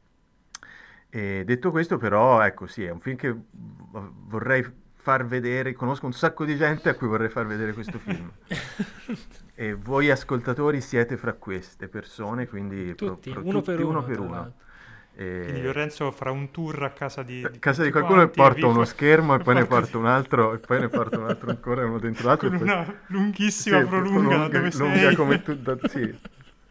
E detto questo, però, ecco, sì, è un film che v- vorrei far vedere, conosco un sacco di gente a cui vorrei far vedere questo film. E voi ascoltatori siete fra queste persone, quindi pro- Tutti, pro- uno per tutti uno, per tra uno. l'altro. E- Quindi Lorenzo farà un tour a casa di, a casa di tutti qualcuno e quanti, porta vi uno fa- schermo e poi ne porta- porta un altro, e poi ne porta un altro ancora, uno dentro l'altro. con e poi- una lunghissima Sì, prolunga da lunga- dove lunga sei. come tu, da- sì.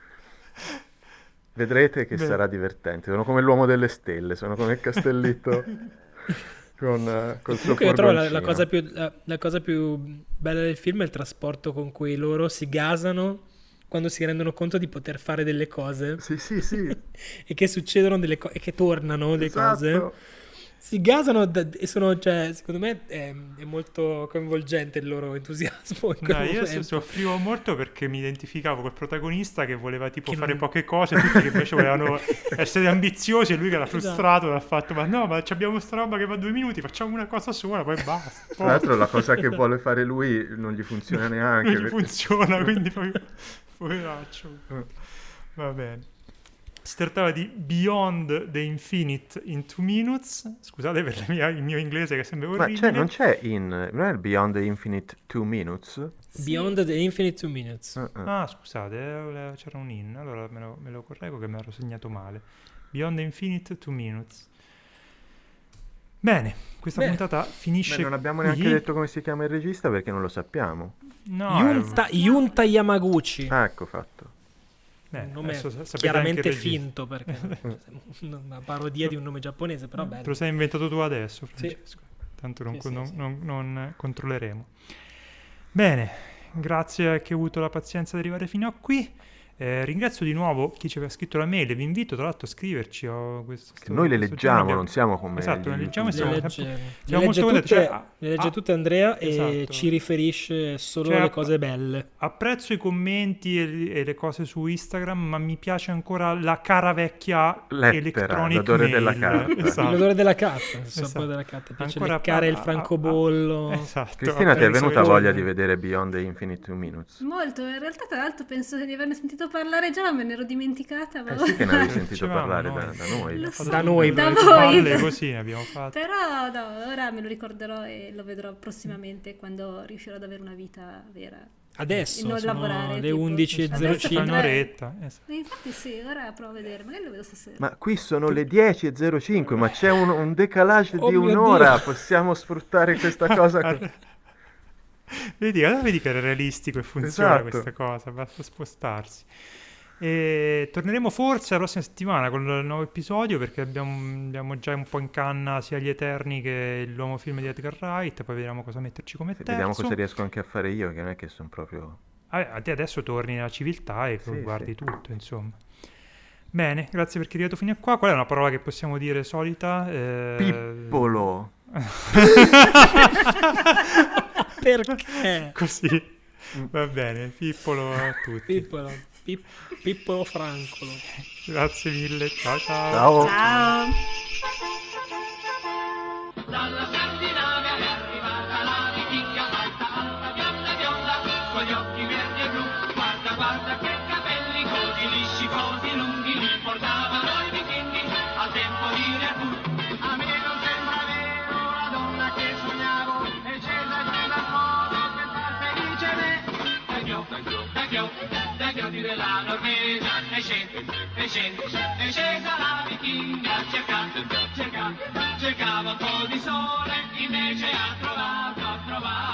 Vedrete che Beh. sarà divertente. Sono come l'uomo delle stelle, sono come il castellitto con, eh, col suo Comunque io trovo la, la furgoncino. cosa più, la, la cosa più bella del film è il trasporto con cui loro si gasano quando si rendono conto di poter fare delle cose Sì, sì, sì. e che succedono delle cose e che tornano le cose. Esatto. Si gasano da- e sono, cioè, secondo me è, è molto coinvolgente il loro entusiasmo in quel No, io so- momento. soffrivo molto perché mi identificavo col protagonista che voleva tipo Che fare non- poche cose, tutti che invece volevano essere ambiziosi, e lui che era Esatto. frustrato dal fatto, ma no, ma ci abbiamo sta roba che va due minuti, facciamo una cosa sola, poi basta. Tra l'altro la cosa che vuole fare lui non gli funziona neanche. Non gli perché- funziona, quindi poi poveraccio. Va bene. Si trattava di Beyond the Infinite in Two Minutes. Scusate per la mia- il mio inglese che sembra Ma orribile. c'è, non c'è in... non è il Beyond the Infinite Two Minutes? Beyond the Infinite Two Minutes. Uh, uh. Ah, scusate, eh, c'era un in, allora me lo, me lo correggo che mi ero segnato male. Beyond the Infinite Two Minutes. Bene, questa Bene. puntata finisce Beh, non abbiamo qui. neanche detto come si chiama il regista perché non lo sappiamo. No, Yunta, Yunta Yamaguchi. Ah, ecco fatto. eh, un nome adesso sa- sapete chiaramente anche il regista. finto perché una parodia di un nome giapponese, però Te lo bello. sei inventato tu adesso, Sì. Francesco. Tanto non, Sì, sì, non- sì. non- non controlleremo. Bene, grazie a chi ha avuto la pazienza di arrivare fino a qui. Eh, ringrazio di nuovo chi ci aveva scritto la mail. Vi invito tra l'altro a scriverci. Ho questo, Che noi le questo leggiamo, giorno abbiamo- non siamo come Esatto, gli le leggiamo e Le siamo youtuber. legge, sempre- le siamo legge molto contenti, tutte, cioè, ah, le legge ah, tutte Andrea e esatto. ci riferisce solo Cioè, le app- cose belle. Apprezzo i commenti e, e le cose su Instagram, ma mi piace ancora la cara vecchia Lettera, electronic l'odore mail. della carta. Esatto. L'odore della carta, il sapore Esatto. della carta, piace Ancora leccare a- il a- francobollo. a- esatto, Cristina, ti è apprezzo venuta che- voglia di vedere Beyond the Infinite Two Minutes? Molto, in realtà tra l'altro penso di averne sentito sentito parlare già, me ne ero dimenticata. Ma... Eh sì che ne avevi sentito Dicevamo parlare noi. da, da noi. Lo so. Da noi, Da proprio. voi. Palle così ne abbiamo fatto. Però no, ora me lo ricorderò e lo vedrò prossimamente quando riuscirò ad avere una vita vera. Adesso E non sono lavorare, le tipo. undici e Adesso zero Fa fino- cinque. un'oretta. esatto. E infatti sì, ora provo a vedere, magari lo vedo stasera. Ma qui sono le dieci e zero cinque, ma c'è un, un decalage Oh di mio un'ora, Dio. possiamo sfruttare questa cosa qui. Vedi, allora vedi che è realistico e funziona Esatto. questa cosa, basta spostarsi. E torneremo forse la prossima settimana con il nuovo episodio perché abbiamo, abbiamo già un po' in canna sia Gli Eterni che il nuovo film di Edgar Wright, poi vediamo cosa metterci come Se terzo. vediamo cosa riesco anche a fare io, che non è che sono proprio... Vabbè, a te adesso torni nella civiltà e Sì, guardi sì. tutto, insomma. Bene, grazie perché è arrivato fino a qua. Qual è una parola che possiamo dire solita? Eh, Pippolo. Perché? Così. Va bene, pippolo a tutti. Pippolo, Pip- Pippolo Francolo. Grazie mille, ciao ciao. Ciao. Ciao! Dalla Scandinavia è arrivata la vichiglia alta, alta, bionda, bionda, con gli occhi verdi e blu. Guarda, guarda che capelli così lisci, così lunghi, li portavano i vichinghi al tempo di Artù. A me non sembra vero la donna che sognavo, è scesa giù dal modo per far felice me. Dagno, dagno, dagno, dagno della Norvegia, e scende, e scende, è scesa la vichingha, cercando, cercando, cercava un po' di sole, invece ha trovato, ha trovato